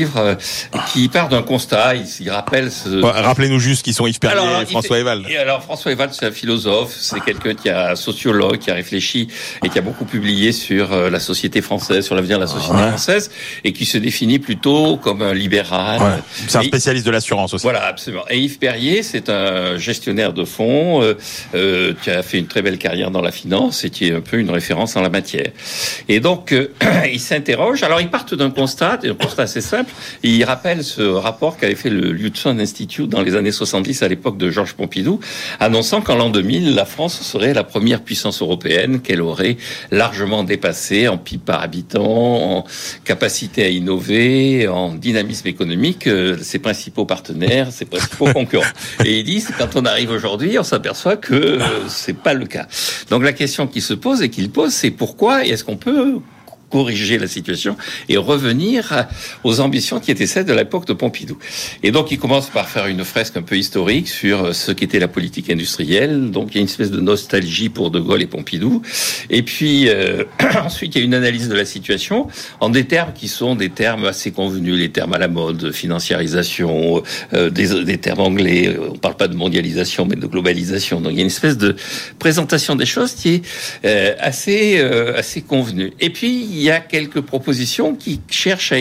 Speaker 6: qui part d'un constat. Il rappelle
Speaker 2: Rappelez-nous juste qui sont Yves Perrier et François Ewald.
Speaker 6: Et alors, François Ewald, c'est un philosophe, c'est quelqu'un qui a un sociologue, qui a réfléchi et qui a beaucoup publié sur la société française, sur l'avenir de la société française, et qui se définit plutôt comme un libéral.
Speaker 2: Ouais. C'est un spécialiste de l'assurance aussi.
Speaker 6: Voilà, absolument. Et Yves Perrier, c'est un gestionnaire de fonds qui a fait une très belle carrière dans la finance et qui est un peu une référence en la matière. Et donc, il s'interroge. Alors, ils partent d'un constat assez simple. Il rappelle ce rapport qu'avait fait le Hudson Institute dans les années 70 à l'époque de Georges Pompidou, annonçant qu'en l'an 2000, la France serait la première puissance européenne, qu'elle aurait largement dépassé en PIB par habitant, en capacité à innover, en dynamisme économique, ses principaux partenaires, ses principaux concurrents. Et il dit, quand on arrive aujourd'hui, on s'aperçoit que c'est pas le cas. Donc la question qui se pose et qu'il pose, c'est pourquoi et est-ce qu'on peut corriger la situation et revenir aux ambitions qui étaient celles de l'époque de Pompidou. Et donc, il commence par faire une fresque un peu historique sur ce qu'était la politique industrielle. Donc, il y a une espèce de nostalgie pour De Gaulle et Pompidou. Et puis, ensuite, il y a une analyse de la situation en des termes qui sont des termes assez convenus, les termes à la mode, financiarisation, des termes anglais. On parle pas de mondialisation, mais de globalisation. Donc, il y a une espèce de présentation des choses qui est assez convenue. Et puis, il y a quelques propositions qui cherchent à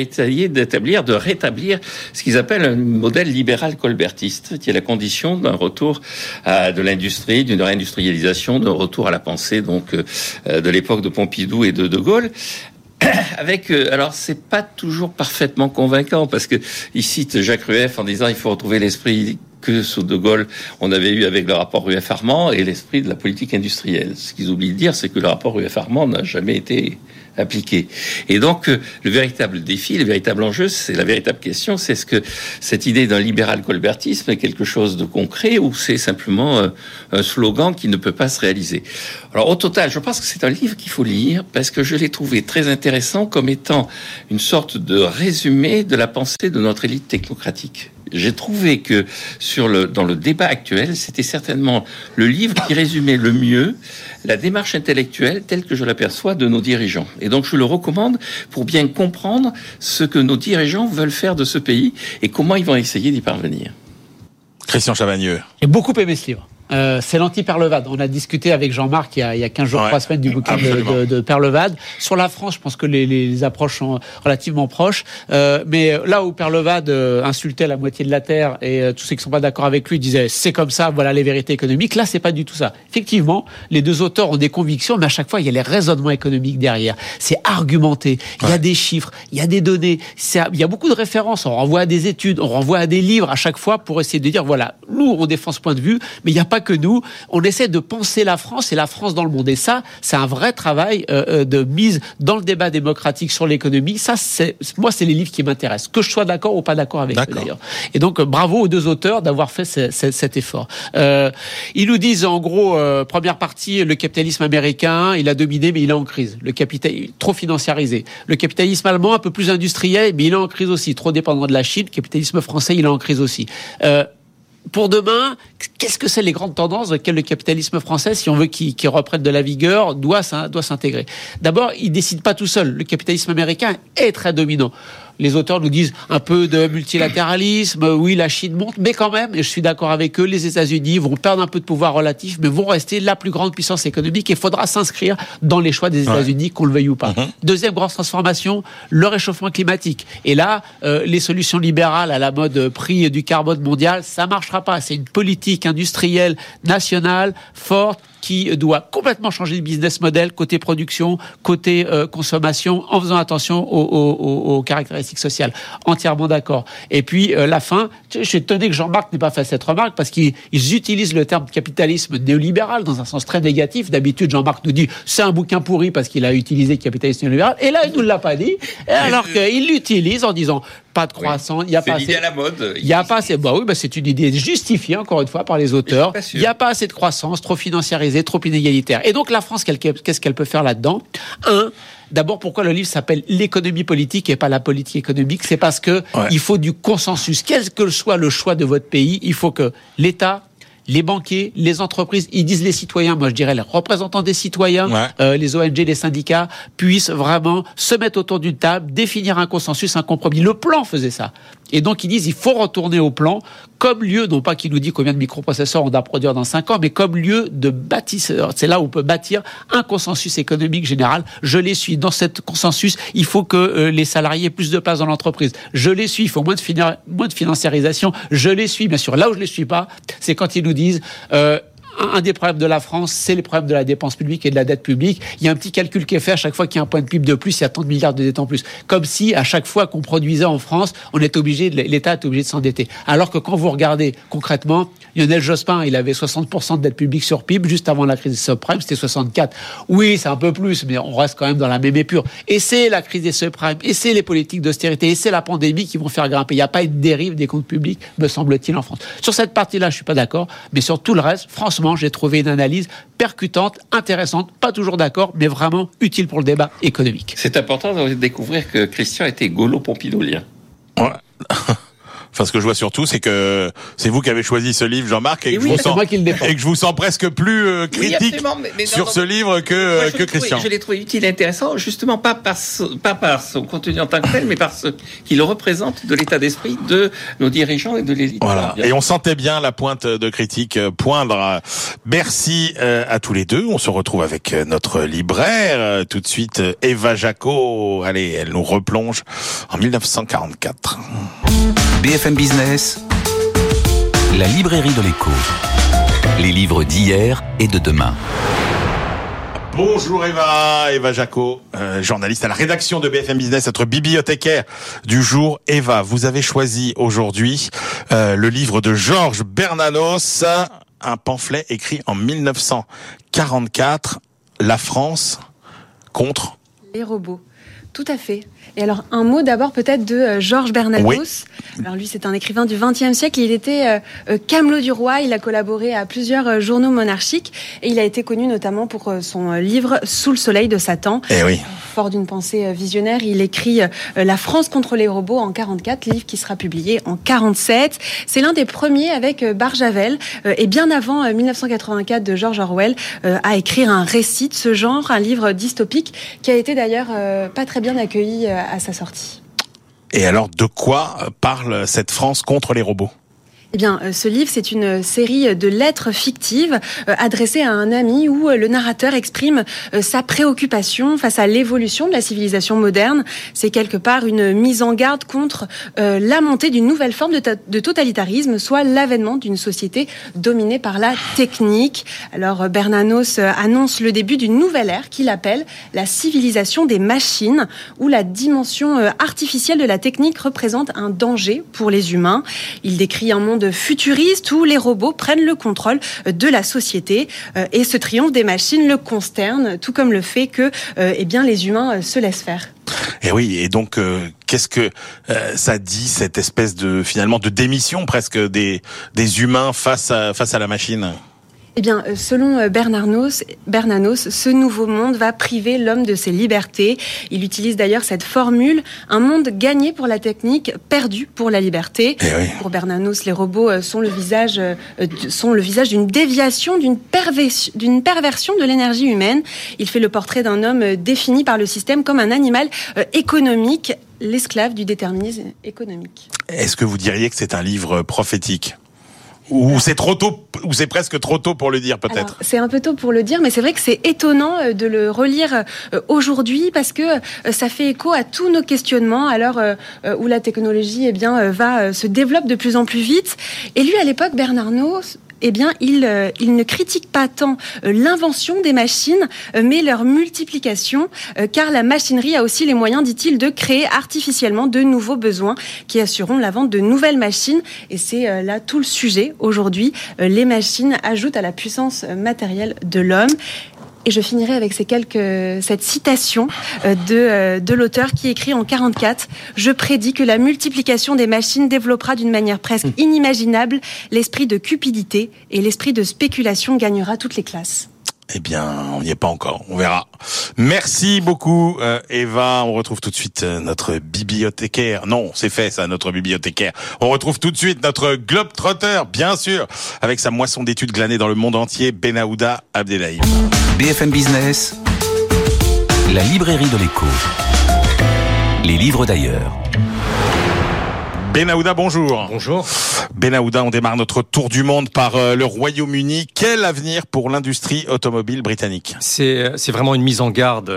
Speaker 6: de rétablir ce qu'ils appellent un modèle libéral colbertiste, qui est la condition d'un retour de l'industrie, d'une réindustrialisation, d'un retour à la pensée donc de l'époque de Pompidou et de Gaulle. Alors c'est pas toujours parfaitement convaincant parce que il cite Jacques Rueff en disant il faut retrouver l'esprit que sous De Gaulle on avait eu avec le rapport Rueff-Armand et l'esprit de la politique industrielle. Ce qu'ils oublient de dire, c'est que le rapport Rueff-Armand n'a jamais été appliqué. Et donc, le véritable défi, le véritable enjeu, c'est la véritable question, c'est est-ce que cette idée d'un libéral colbertisme est quelque chose de concret ou c'est simplement un slogan qui ne peut pas se réaliser. Alors, au total, je pense que c'est un livre qu'il faut lire parce que je l'ai trouvé très intéressant comme étant une sorte de résumé de la pensée de notre élite technocratique. J'ai trouvé que dans le débat actuel, c'était certainement le livre qui résumait le mieux la démarche intellectuelle telle que je l'aperçois de nos dirigeants. Et donc je le recommande pour bien comprendre ce que nos dirigeants veulent faire de ce pays et comment ils vont essayer d'y parvenir.
Speaker 2: Christian Chavagneux.
Speaker 5: J'ai beaucoup aimé ce livre. C'est l'anti-Perlevade. On a discuté avec Jean-Marc il y a 15 jours, 3 semaines du bouquin de Perlevade. Sur la France, je pense que les approches sont relativement proches. Mais là où Perlevade insultait la moitié de la Terre et tous ceux qui ne sont pas d'accord avec lui disaient c'est comme ça, voilà les vérités économiques, là c'est pas du tout ça. Effectivement, les deux auteurs ont des convictions, mais à chaque fois il y a les raisonnements économiques derrière. C'est argumenté, il y a des chiffres, il y a des données, il y a beaucoup de références, on renvoie à des études, on renvoie à des livres à chaque fois pour essayer de dire voilà, nous on défend ce point de vue, mais il n'y a pas que nous, on essaie de penser la France et la France dans le monde. Et ça, c'est un vrai travail de mise dans le débat démocratique sur l'économie. Ça, c'est les livres qui m'intéressent, que je sois d'accord ou pas d'accord avec eux d'ailleurs. Et donc, bravo aux deux auteurs d'avoir fait cet effort. Ils nous disent en gros, première partie, le capitalisme américain, il a dominé, mais il est en crise. Le capital trop financiarisé. Le capitalisme allemand, un peu plus industriel, mais il est en crise aussi. Trop dépendant de la Chine. Le capitalisme français, il est en crise aussi. Pour demain, qu'est-ce que c'est les grandes tendances auxquelles le capitalisme français, si on veut qu'il reprenne de la vigueur, doit s'intégrer? D'abord, il décide pas tout seul. Le capitalisme américain est très dominant. Les auteurs nous disent un peu de multilatéralisme, oui, la Chine monte, mais quand même, et je suis d'accord avec eux, les États-Unis vont perdre un peu de pouvoir relatif, mais vont rester la plus grande puissance économique et il faudra s'inscrire dans les choix des États-Unis, qu'on le veuille ou pas. Deuxième grande transformation, le réchauffement climatique. Et là, les solutions libérales à la mode prix du carbone mondial, ça marchera pas. C'est une politique industrielle nationale forte qui doit complètement changer de business model côté production, côté consommation, en faisant attention aux caractéristiques sociales. Entièrement d'accord. Et puis la fin, je suis étonné que Jean-Marc n'ait pas fait cette remarque parce qu'ils utilisent le terme capitalisme néolibéral dans un sens très négatif. D'habitude, Jean-Marc nous dit c'est un bouquin pourri parce qu'il a utilisé capitalisme néolibéral. Et là, il nous l'a pas dit. Alors qu'il l'utilise en disant pas de croissance, il y a pas assez. C'est l'idée à la mode. Il y a pas assez. Bah oui, c'est une idée justifiée encore une fois par les auteurs. Il y a pas assez de croissance, trop financiarisée, trop inégalitaire. Et donc la France, qu'est-ce qu'elle peut faire là-dedans? D'abord, pourquoi le livre s'appelle l'économie politique et pas la politique économique? C'est parce que il faut du consensus. Quel que soit le choix de votre pays, il faut que l'État, les banquiers, les entreprises, ils disent les citoyens, moi je dirais les représentants des citoyens, les ONG, les syndicats, puissent vraiment se mettre autour d'une table, définir un consensus, un compromis. Le plan faisait ça. Et donc ils disent il faut retourner au plan comme lieu, non pas qu'il nous dit combien de microprocesseurs on doit produire dans 5 ans, mais comme lieu de bâtisseur. C'est là où on peut bâtir un consensus économique général. Je les suis. Dans ce consensus, il faut que les salariés aient plus de place dans l'entreprise. Je les suis. Il faut moins de financiarisation. Je les suis. Bien sûr, là où je les suis pas, c'est quand ils nous disent un des problèmes de la France, c'est les problèmes de la dépense publique et de la dette publique. Il y a un petit calcul qui est fait à chaque fois qu'il y a un point de PIB de plus, il y a tant de milliards de dettes en plus. Comme si, à chaque fois qu'on produisait en France, l'État était obligé de s'endetter. Alors que quand vous regardez concrètement, Lionel Jospin, il avait 60% de dette publique sur PIB juste avant la crise des subprimes, c'était 64. Oui, c'est un peu plus, mais on reste quand même dans la même épure. Et c'est la crise des subprimes, et c'est les politiques d'austérité, et c'est la pandémie qui vont faire grimper. Il n'y a pas une dérive des comptes publics, me semble-t-il, en France. Sur cette partie-là, je suis pas d'accord, mais sur tout le reste, franchement, j'ai trouvé une analyse percutante, intéressante, pas toujours d'accord, mais vraiment utile pour le débat économique.
Speaker 6: C'est important de découvrir que Christian était gaulo-pompidolien.
Speaker 2: Ouais. Enfin, ce que je vois surtout, c'est que c'est vous qui avez choisi ce livre, Jean-Marc, et que je vous sens presque plus critique sur ce livre que Christian.
Speaker 6: Je l'ai trouvé utile et intéressant, justement pas par son contenu en tant que tel, mais par ce qu'il représente de l'état d'esprit de nos dirigeants et de l'élite.
Speaker 2: Voilà. Et on sentait bien la pointe de critique poindre. Merci à tous les deux. On se retrouve avec notre libraire. Tout de suite, Eva Jacot. Allez, elle nous replonge en 1944.
Speaker 1: BFM Business, la librairie de l'écho. Les livres d'hier et de demain.
Speaker 2: Bonjour Eva Jacot, journaliste à la rédaction de BFM Business, notre bibliothécaire du jour. Eva, vous avez choisi aujourd'hui le livre de Georges Bernanos, un pamphlet écrit en 1944, La France contre
Speaker 7: les robots. Tout à fait. Et alors, un mot d'abord peut-être de Georges Bernanos. Oui. Alors lui, c'est un écrivain du XXe siècle. Il était camelot du roi. Il a collaboré à plusieurs journaux monarchiques. Et il a été connu notamment pour son livre « Sous le soleil de Satan ».
Speaker 2: Oui.
Speaker 7: Fort d'une pensée visionnaire, il écrit « La France contre les robots » en 44, livre qui sera publié en 47. C'est l'un des premiers avec Barjavel. Et bien avant 1984 de George Orwell, à écrire un récit de ce genre, un livre dystopique qui a été d'ailleurs pas très bien accueilli à sa sortie.
Speaker 2: Et alors, de quoi parle cette France contre les robots ?
Speaker 7: Eh bien, ce livre, c'est une série de lettres fictives adressées à un ami où le narrateur exprime sa préoccupation face à l'évolution de la civilisation moderne. C'est quelque part une mise en garde contre la montée d'une nouvelle forme de totalitarisme, soit l'avènement d'une société dominée par la technique. Alors, Bernanos annonce le début d'une nouvelle ère qu'il appelle la civilisation des machines, où la dimension artificielle de la technique représente un danger pour les humains. Il décrit un monde futuriste où les robots prennent le contrôle de la société et ce triomphe des machines le consterne, tout comme le fait que les humains se laissent faire.
Speaker 2: Et oui, et donc qu'est-ce que ça dit, cette espèce de finalement de démission presque des humains face à la machine?
Speaker 7: Eh bien, selon Bernanos, ce nouveau monde va priver l'homme de ses libertés. Il utilise d'ailleurs cette formule, un monde gagné pour la technique, perdu pour la liberté.
Speaker 2: Oui.
Speaker 7: Pour Bernanos, les robots sont le visage d'une déviation, d'une perversion de l'énergie humaine. Il fait le portrait d'un homme défini par le système comme un animal économique, l'esclave du déterminisme économique.
Speaker 2: Est-ce que vous diriez que c'est un livre prophétique ? Ou c'est trop tôt, ou c'est presque trop tôt pour le dire, peut-être.
Speaker 7: Alors, c'est un peu tôt pour le dire, mais c'est vrai que c'est étonnant de le relire aujourd'hui parce que ça fait écho à tous nos questionnements à l'heure où la technologie se développe de plus en plus vite. Et lui, à l'époque, Bernanos, il ne critique pas tant l'invention des machines, mais leur multiplication, car la machinerie a aussi les moyens, dit-il, de créer artificiellement de nouveaux besoins qui assureront la vente de nouvelles machines. Et c'est là tout le sujet aujourd'hui. Les machines ajoutent à la puissance matérielle de l'homme. Et je finirai avec cette citation de l'auteur qui écrit en 1944 « Je prédis que la multiplication des machines développera d'une manière presque inimaginable l'esprit de cupidité et l'esprit de spéculation gagnera toutes les classes. »
Speaker 2: Eh bien, on n'y est pas encore, on verra. Merci beaucoup Eva, on retrouve tout de suite notre bibliothécaire. Non, c'est fait ça, notre bibliothécaire. On retrouve tout de suite notre globe-trotter, bien sûr, avec sa moisson d'études glanées dans le monde entier, Benaouda Abdelhaim.
Speaker 1: BFM Business, la librairie de l'écho. Les livres d'ailleurs.
Speaker 2: Benaouda, bonjour.
Speaker 8: Bonjour.
Speaker 2: Benaouda, on démarre notre tour du monde par le Royaume-Uni. Quel avenir pour l'industrie automobile britannique ?
Speaker 8: C'est vraiment une mise en garde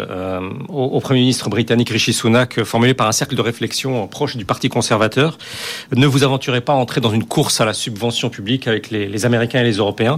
Speaker 8: au Premier ministre britannique Rishi Sunak, formulée par un cercle de réflexion proche du Parti conservateur. Ne vous aventurez pas à entrer dans une course à la subvention publique avec les Américains et les Européens.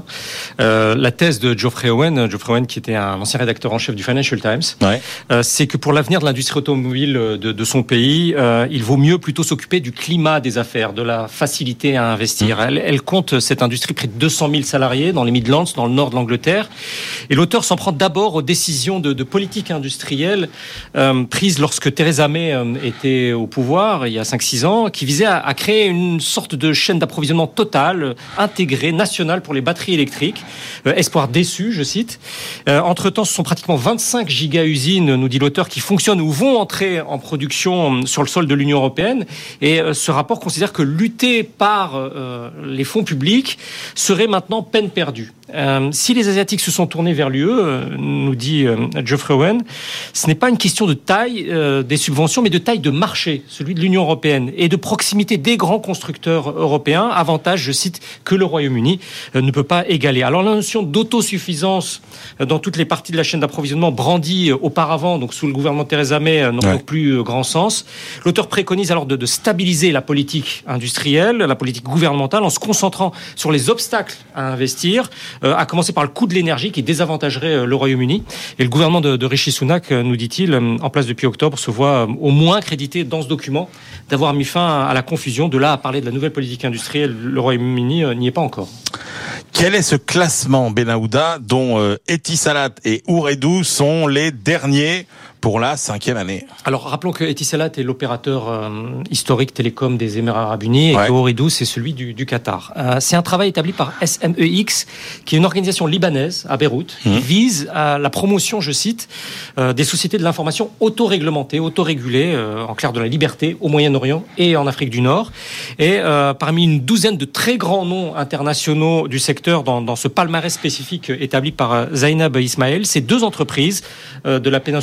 Speaker 8: La thèse de Geoffrey Owen qui était un ancien rédacteur en chef du Financial Times, c'est que pour l'avenir de l'industrie automobile de son pays, il vaut mieux plutôt s'occuper du climat des affaires, de la facilité à investir. Elle compte, cette industrie, près de 200 000 salariés dans les Midlands, dans le nord de l'Angleterre. Et l'auteur s'en prend d'abord aux décisions de politique industrielle prises lorsque Theresa May était au pouvoir, il y a 5-6 ans, qui visait à créer une sorte de chaîne d'approvisionnement totale, intégrée, nationale pour les batteries électriques. Espoir déçu, je cite. Entre-temps, ce sont pratiquement 25 giga-usines, nous dit l'auteur, qui fonctionnent ou vont entrer en production sur le sol de l'Union européenne. Et ce rapport considère que lutter par les fonds publics serait maintenant peine perdue. Si les Asiatiques se sont tournés vers l'UE, nous dit Geoffrey Owen, ce n'est pas une question de taille des subventions, mais de taille de marché, celui de l'Union européenne, et de proximité des grands constructeurs européens, avantage, je cite, que le Royaume-Uni ne peut pas égaler. Alors la notion d'autosuffisance dans toutes les parties de la chaîne d'approvisionnement brandie auparavant, donc sous le gouvernement de Theresa May, n'a donc plus grand sens. L'auteur préconise alors de stabiliser la politique industrielle, la politique gouvernementale, en se concentrant sur les obstacles à investir, à commencer par le coût de l'énergie qui désavantagerait le Royaume-Uni. Et le gouvernement de Rishi Sunak, nous dit-il, en place depuis octobre, se voit au moins crédité dans ce document d'avoir mis fin à la confusion. De là à parler de la nouvelle politique industrielle, le Royaume-Uni n'y est pas encore.
Speaker 2: Quel est ce classement, Benaouda, dont Etisalat et Ooredoo sont les derniers pour la 5e année? Alors,
Speaker 8: rappelons que Etisalat est l'opérateur historique télécom des Émirats Arabes Unis et que Ooredoo, c'est celui du Qatar. C'est un travail établi par SMEX, qui est une organisation libanaise à Beyrouth, qui vise à la promotion, je cite, des sociétés de l'information autoréglementées, autorégulées, en clair de la liberté, au Moyen-Orient et en Afrique du Nord. Et parmi une douzaine de très grands noms internationaux du secteur dans ce palmarès spécifique établi par Zainab Ismail, ces deux entreprises de la péninsule arabique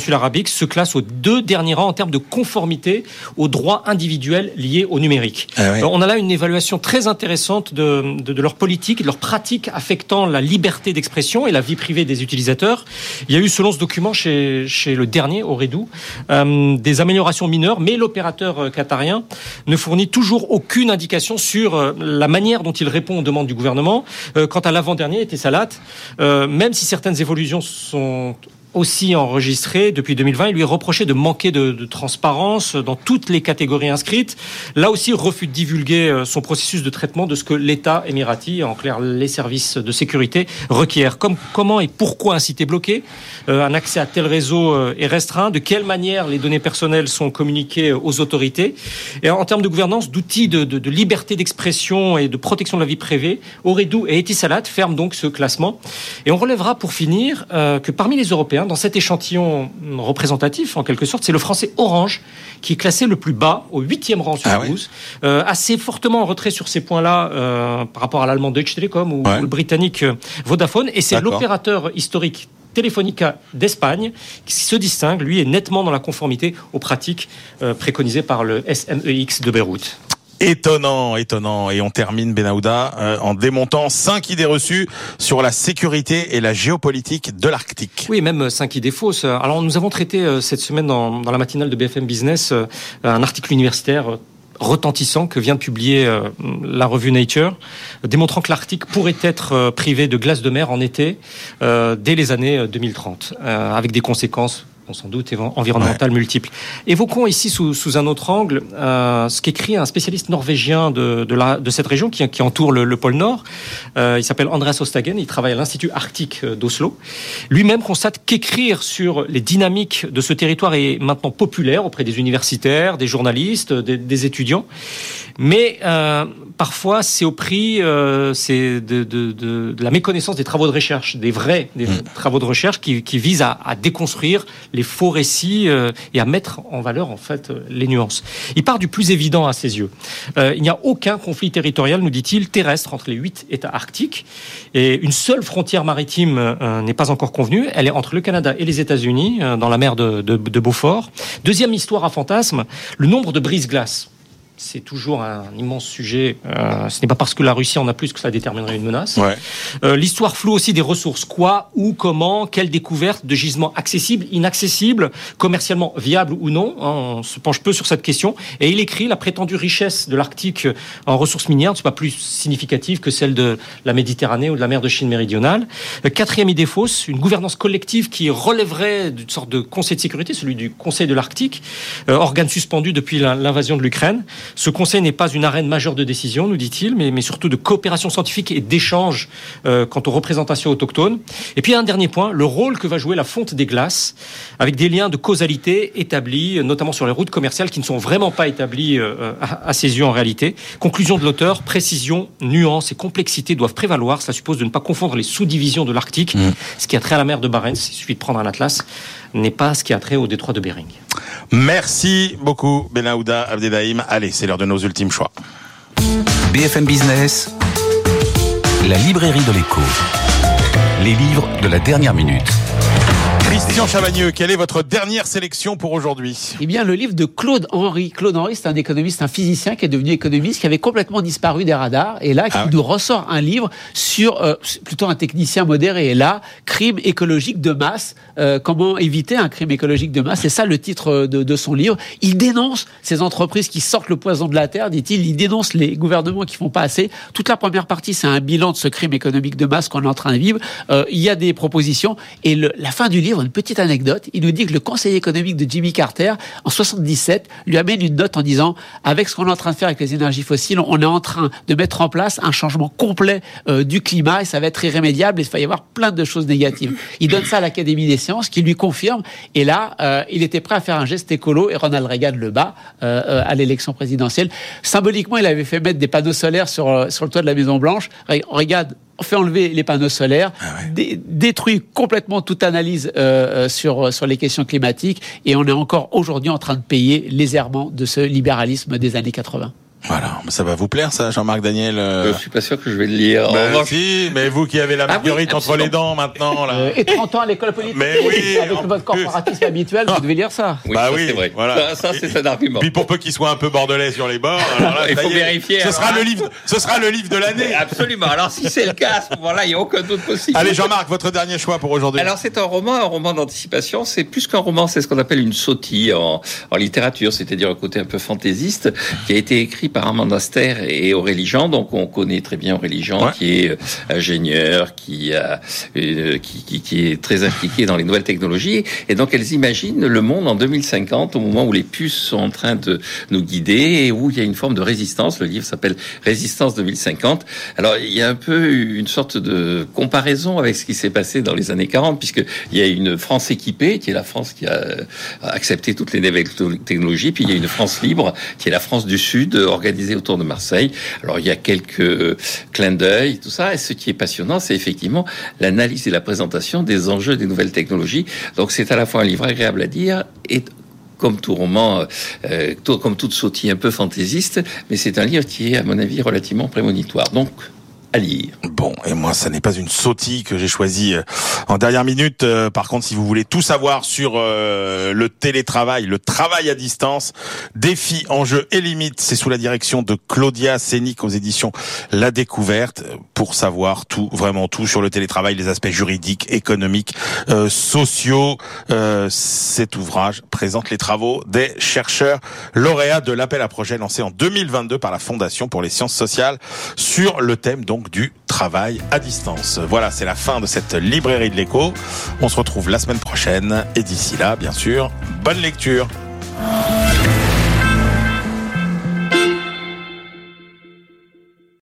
Speaker 8: se classe aux 2 derniers rangs en termes de conformité aux droits individuels liés au numérique. On a là une évaluation très intéressante de leur politique et de leur pratique affectant la liberté d'expression et la vie privée des utilisateurs. Il y a eu, selon ce document, chez le dernier, Ooredoo, des améliorations mineures, mais l'opérateur qatarien ne fournit toujours aucune indication sur la manière dont il répond aux demandes du gouvernement. Quant à l'avant-dernier, Etisalat, même si certaines évolutions sont aussi enregistré depuis 2020. Il lui est reproché de manquer de transparence dans toutes les catégories inscrites. Là aussi, refus de divulguer son processus de traitement de ce que l'État émirati, en clair les services de sécurité, requièrent. Comment et pourquoi un site est bloqué, un accès à tel réseau est restreint, de quelle manière les données personnelles sont communiquées aux autorités. Et en termes de gouvernance, d'outils de liberté d'expression et de protection de la vie privée, Ooredoo et Etisalat ferment donc ce classement. Et on relèvera pour finir que parmi les Européens, dans cet échantillon représentatif, en quelque sorte, c'est le français Orange qui est classé le plus bas, au 8e rang sur 12, assez fortement en retrait sur ces points-là par rapport à l'allemand Deutsche Telekom ou le britannique Vodafone. Et c'est l'opérateur historique Telefonica d'Espagne qui se distingue, lui, est nettement dans la conformité aux pratiques préconisées par le SMEX de Beyrouth.
Speaker 2: Étonnant. Et on termine, Benahouda, en démontant 5 idées reçues sur la sécurité et la géopolitique de l'Arctique.
Speaker 8: Oui, même 5 idées fausses. Alors, nous avons traité cette semaine dans la matinale de BFM Business un article universitaire retentissant que vient de publier la revue Nature, démontrant que l'Arctique pourrait être privé de glace de mer en été dès les années 2030, avec des conséquences sans doute environnementales multiples. Évoquons ici sous un autre angle ce qu'écrit un spécialiste norvégien de cette région qui entoure le pôle Nord. Il s'appelle Andreas Ostagen, il travaille à l'Institut Arctique d'Oslo. Lui-même constate qu'écrire sur les dynamiques de ce territoire est maintenant populaire auprès des universitaires, des journalistes, des étudiants. Mais parfois, c'est au prix de la méconnaissance des travaux de recherche, des travaux de recherche qui visent à déconstruire les faux récits et à mettre en valeur en fait les nuances. Il part du plus évident à ses yeux. Il n'y a aucun conflit territorial, nous dit-il, terrestre entre les 8 États arctiques. Et une seule frontière maritime n'est pas encore convenue. Elle est entre le Canada et les États-Unis, dans la mer de Beaufort. Deuxième histoire à fantasme, le nombre de brise-glaces. C'est toujours un immense sujet. Ce n'est pas parce que la Russie en a plus que ça déterminerait une menace. L'histoire floue aussi des ressources. Quoi, où, comment, quelle découverte de gisements accessibles, inaccessibles, commercialement viables ou non. On se penche peu sur cette question. Et il écrit la prétendue richesse de l'Arctique en ressources minières ne sont pas plus significative que celle de la Méditerranée ou de la mer de Chine méridionale. Quatrième idée fausse, une gouvernance collective qui relèverait d'une sorte de conseil de sécurité, celui du Conseil de l'Arctique, organe suspendu depuis l'invasion de l'Ukraine. Ce conseil n'est pas une arène majeure de décision, nous dit-il, mais surtout de coopération scientifique et d'échange quant aux représentations autochtones. Et puis un dernier point, le rôle que va jouer la fonte des glaces, avec des liens de causalité établis, notamment sur les routes commerciales, qui ne sont vraiment pas établis à ses yeux en réalité. Conclusion de l'auteur, précision, nuance et complexité doivent prévaloir. Cela suppose de ne pas confondre les sous-divisions de l'Arctique. Ce qui a trait à la mer de Barents, il suffit de prendre un atlas, n'est pas ce qui a trait au détroit de Bering.
Speaker 2: Merci beaucoup, Benahouda Abdelrahim. Allez, c'est l'heure de nos ultimes choix.
Speaker 1: BFM Business, la librairie de l'écho. Les livres de la dernière minute.
Speaker 2: Christian Chavagneux, quelle est votre dernière sélection pour aujourd'hui ?
Speaker 5: Eh bien, le livre de Claude Henry. Claude Henry, c'est un économiste, un physicien qui est devenu économiste, qui avait complètement disparu des radars, et là, qui nous ressort un livre sur, plutôt un technicien modéré, et là, crime écologique de masse, comment éviter un crime écologique de masse, c'est ça le titre de son livre. Il dénonce ces entreprises qui sortent le poison de la terre, dit-il, il dénonce les gouvernements qui font pas assez. Toute la première partie, c'est un bilan de ce crime économique de masse qu'on est en train de vivre. Il y a des propositions, et la fin du livre, une petite anecdote, il nous dit que le conseiller économique de Jimmy Carter, en 77, lui amène une note en disant, avec ce qu'on est en train de faire avec les énergies fossiles, on est en train de mettre en place un changement complet du climat, et ça va être irrémédiable, et il va y avoir plein de choses négatives. Il donne ça à l'Académie des sciences, qui lui confirme, et là, il était prêt à faire un geste écolo, et Ronald Reagan le bat à l'élection présidentielle. Symboliquement, il avait fait mettre des panneaux solaires sur le toit de la Maison Blanche. Reagan fait enlever les panneaux solaires, détruit complètement toute analyse sur les questions climatiques, et on est encore aujourd'hui en train de payer les errements de ce libéralisme des années 80.
Speaker 2: Voilà, ça va vous plaire ça, Jean-Marc Daniel
Speaker 6: Je suis pas sûr que je vais le lire.
Speaker 2: Si, mais vous qui avez la marguerite entre les dents maintenant là.
Speaker 5: Et 30 ans à l'école politique.
Speaker 2: Mais oui,
Speaker 5: avec votre corporatisme habituel, vous devez lire ça.
Speaker 6: Oui, ça,
Speaker 2: oui,
Speaker 6: c'est vrai.
Speaker 2: Voilà.
Speaker 6: Ça, c'est un argument.
Speaker 2: Puis pour peu qu'il soit un peu bordelais sur les bords, alors là,
Speaker 6: il faut vérifier.
Speaker 2: Ce sera le livre de l'année.
Speaker 6: Absolument. Alors si c'est le cas, à ce moment-là, il n'y a aucun doute possible.
Speaker 2: Allez Jean-Marc, votre dernier choix pour aujourd'hui.
Speaker 6: Alors c'est un roman d'anticipation. C'est plus qu'un roman, c'est ce qu'on appelle une sautille en littérature, c'est-à-dire un côté un peu fantaisiste, qui a été écrit par Armand Aster et Aurélie Jean. Donc on connaît très bien Aurélie Jean, qui est ingénieure, qui est très impliquée dans les nouvelles technologies. Et donc elles imaginent le monde en 2050, au moment où les puces sont en train de nous guider et où il y a une forme de résistance. Le livre s'appelle Résistance 2050. Alors il y a un peu une sorte de comparaison avec ce qui s'est passé dans les années 40, puisque il y a une France équipée, qui est la France qui a accepté toutes les nouvelles technologies, puis il y a une France libre, qui est la France du Sud, organisée autour de Marseille. Alors il y a quelques clins d'œil, tout ça, et ce qui est passionnant, c'est effectivement l'analyse et la présentation des enjeux des nouvelles technologies. Donc c'est à la fois un livre agréable à dire et comme tout roman, comme toute sautille un peu fantaisiste, mais c'est un livre qui est, à mon avis, relativement prémonitoire. Donc, à lire.
Speaker 2: Bon, et moi, ça n'est pas une sautille que j'ai choisie en dernière minute. Par contre, si vous voulez tout savoir sur le télétravail, le travail à distance, défis, enjeux et limites, c'est sous la direction de Claudia Sénic aux éditions La Découverte, pour savoir tout, vraiment tout sur le télétravail, les aspects juridiques, économiques, sociaux. Cet ouvrage présente les travaux des chercheurs lauréats de l'appel à projet lancé en 2022 par la Fondation pour les sciences sociales sur le thème donc du travail à distance. Voilà, c'est la fin de cette librairie de l'écho. On se retrouve la semaine prochaine et d'ici là, bien sûr, bonne lecture.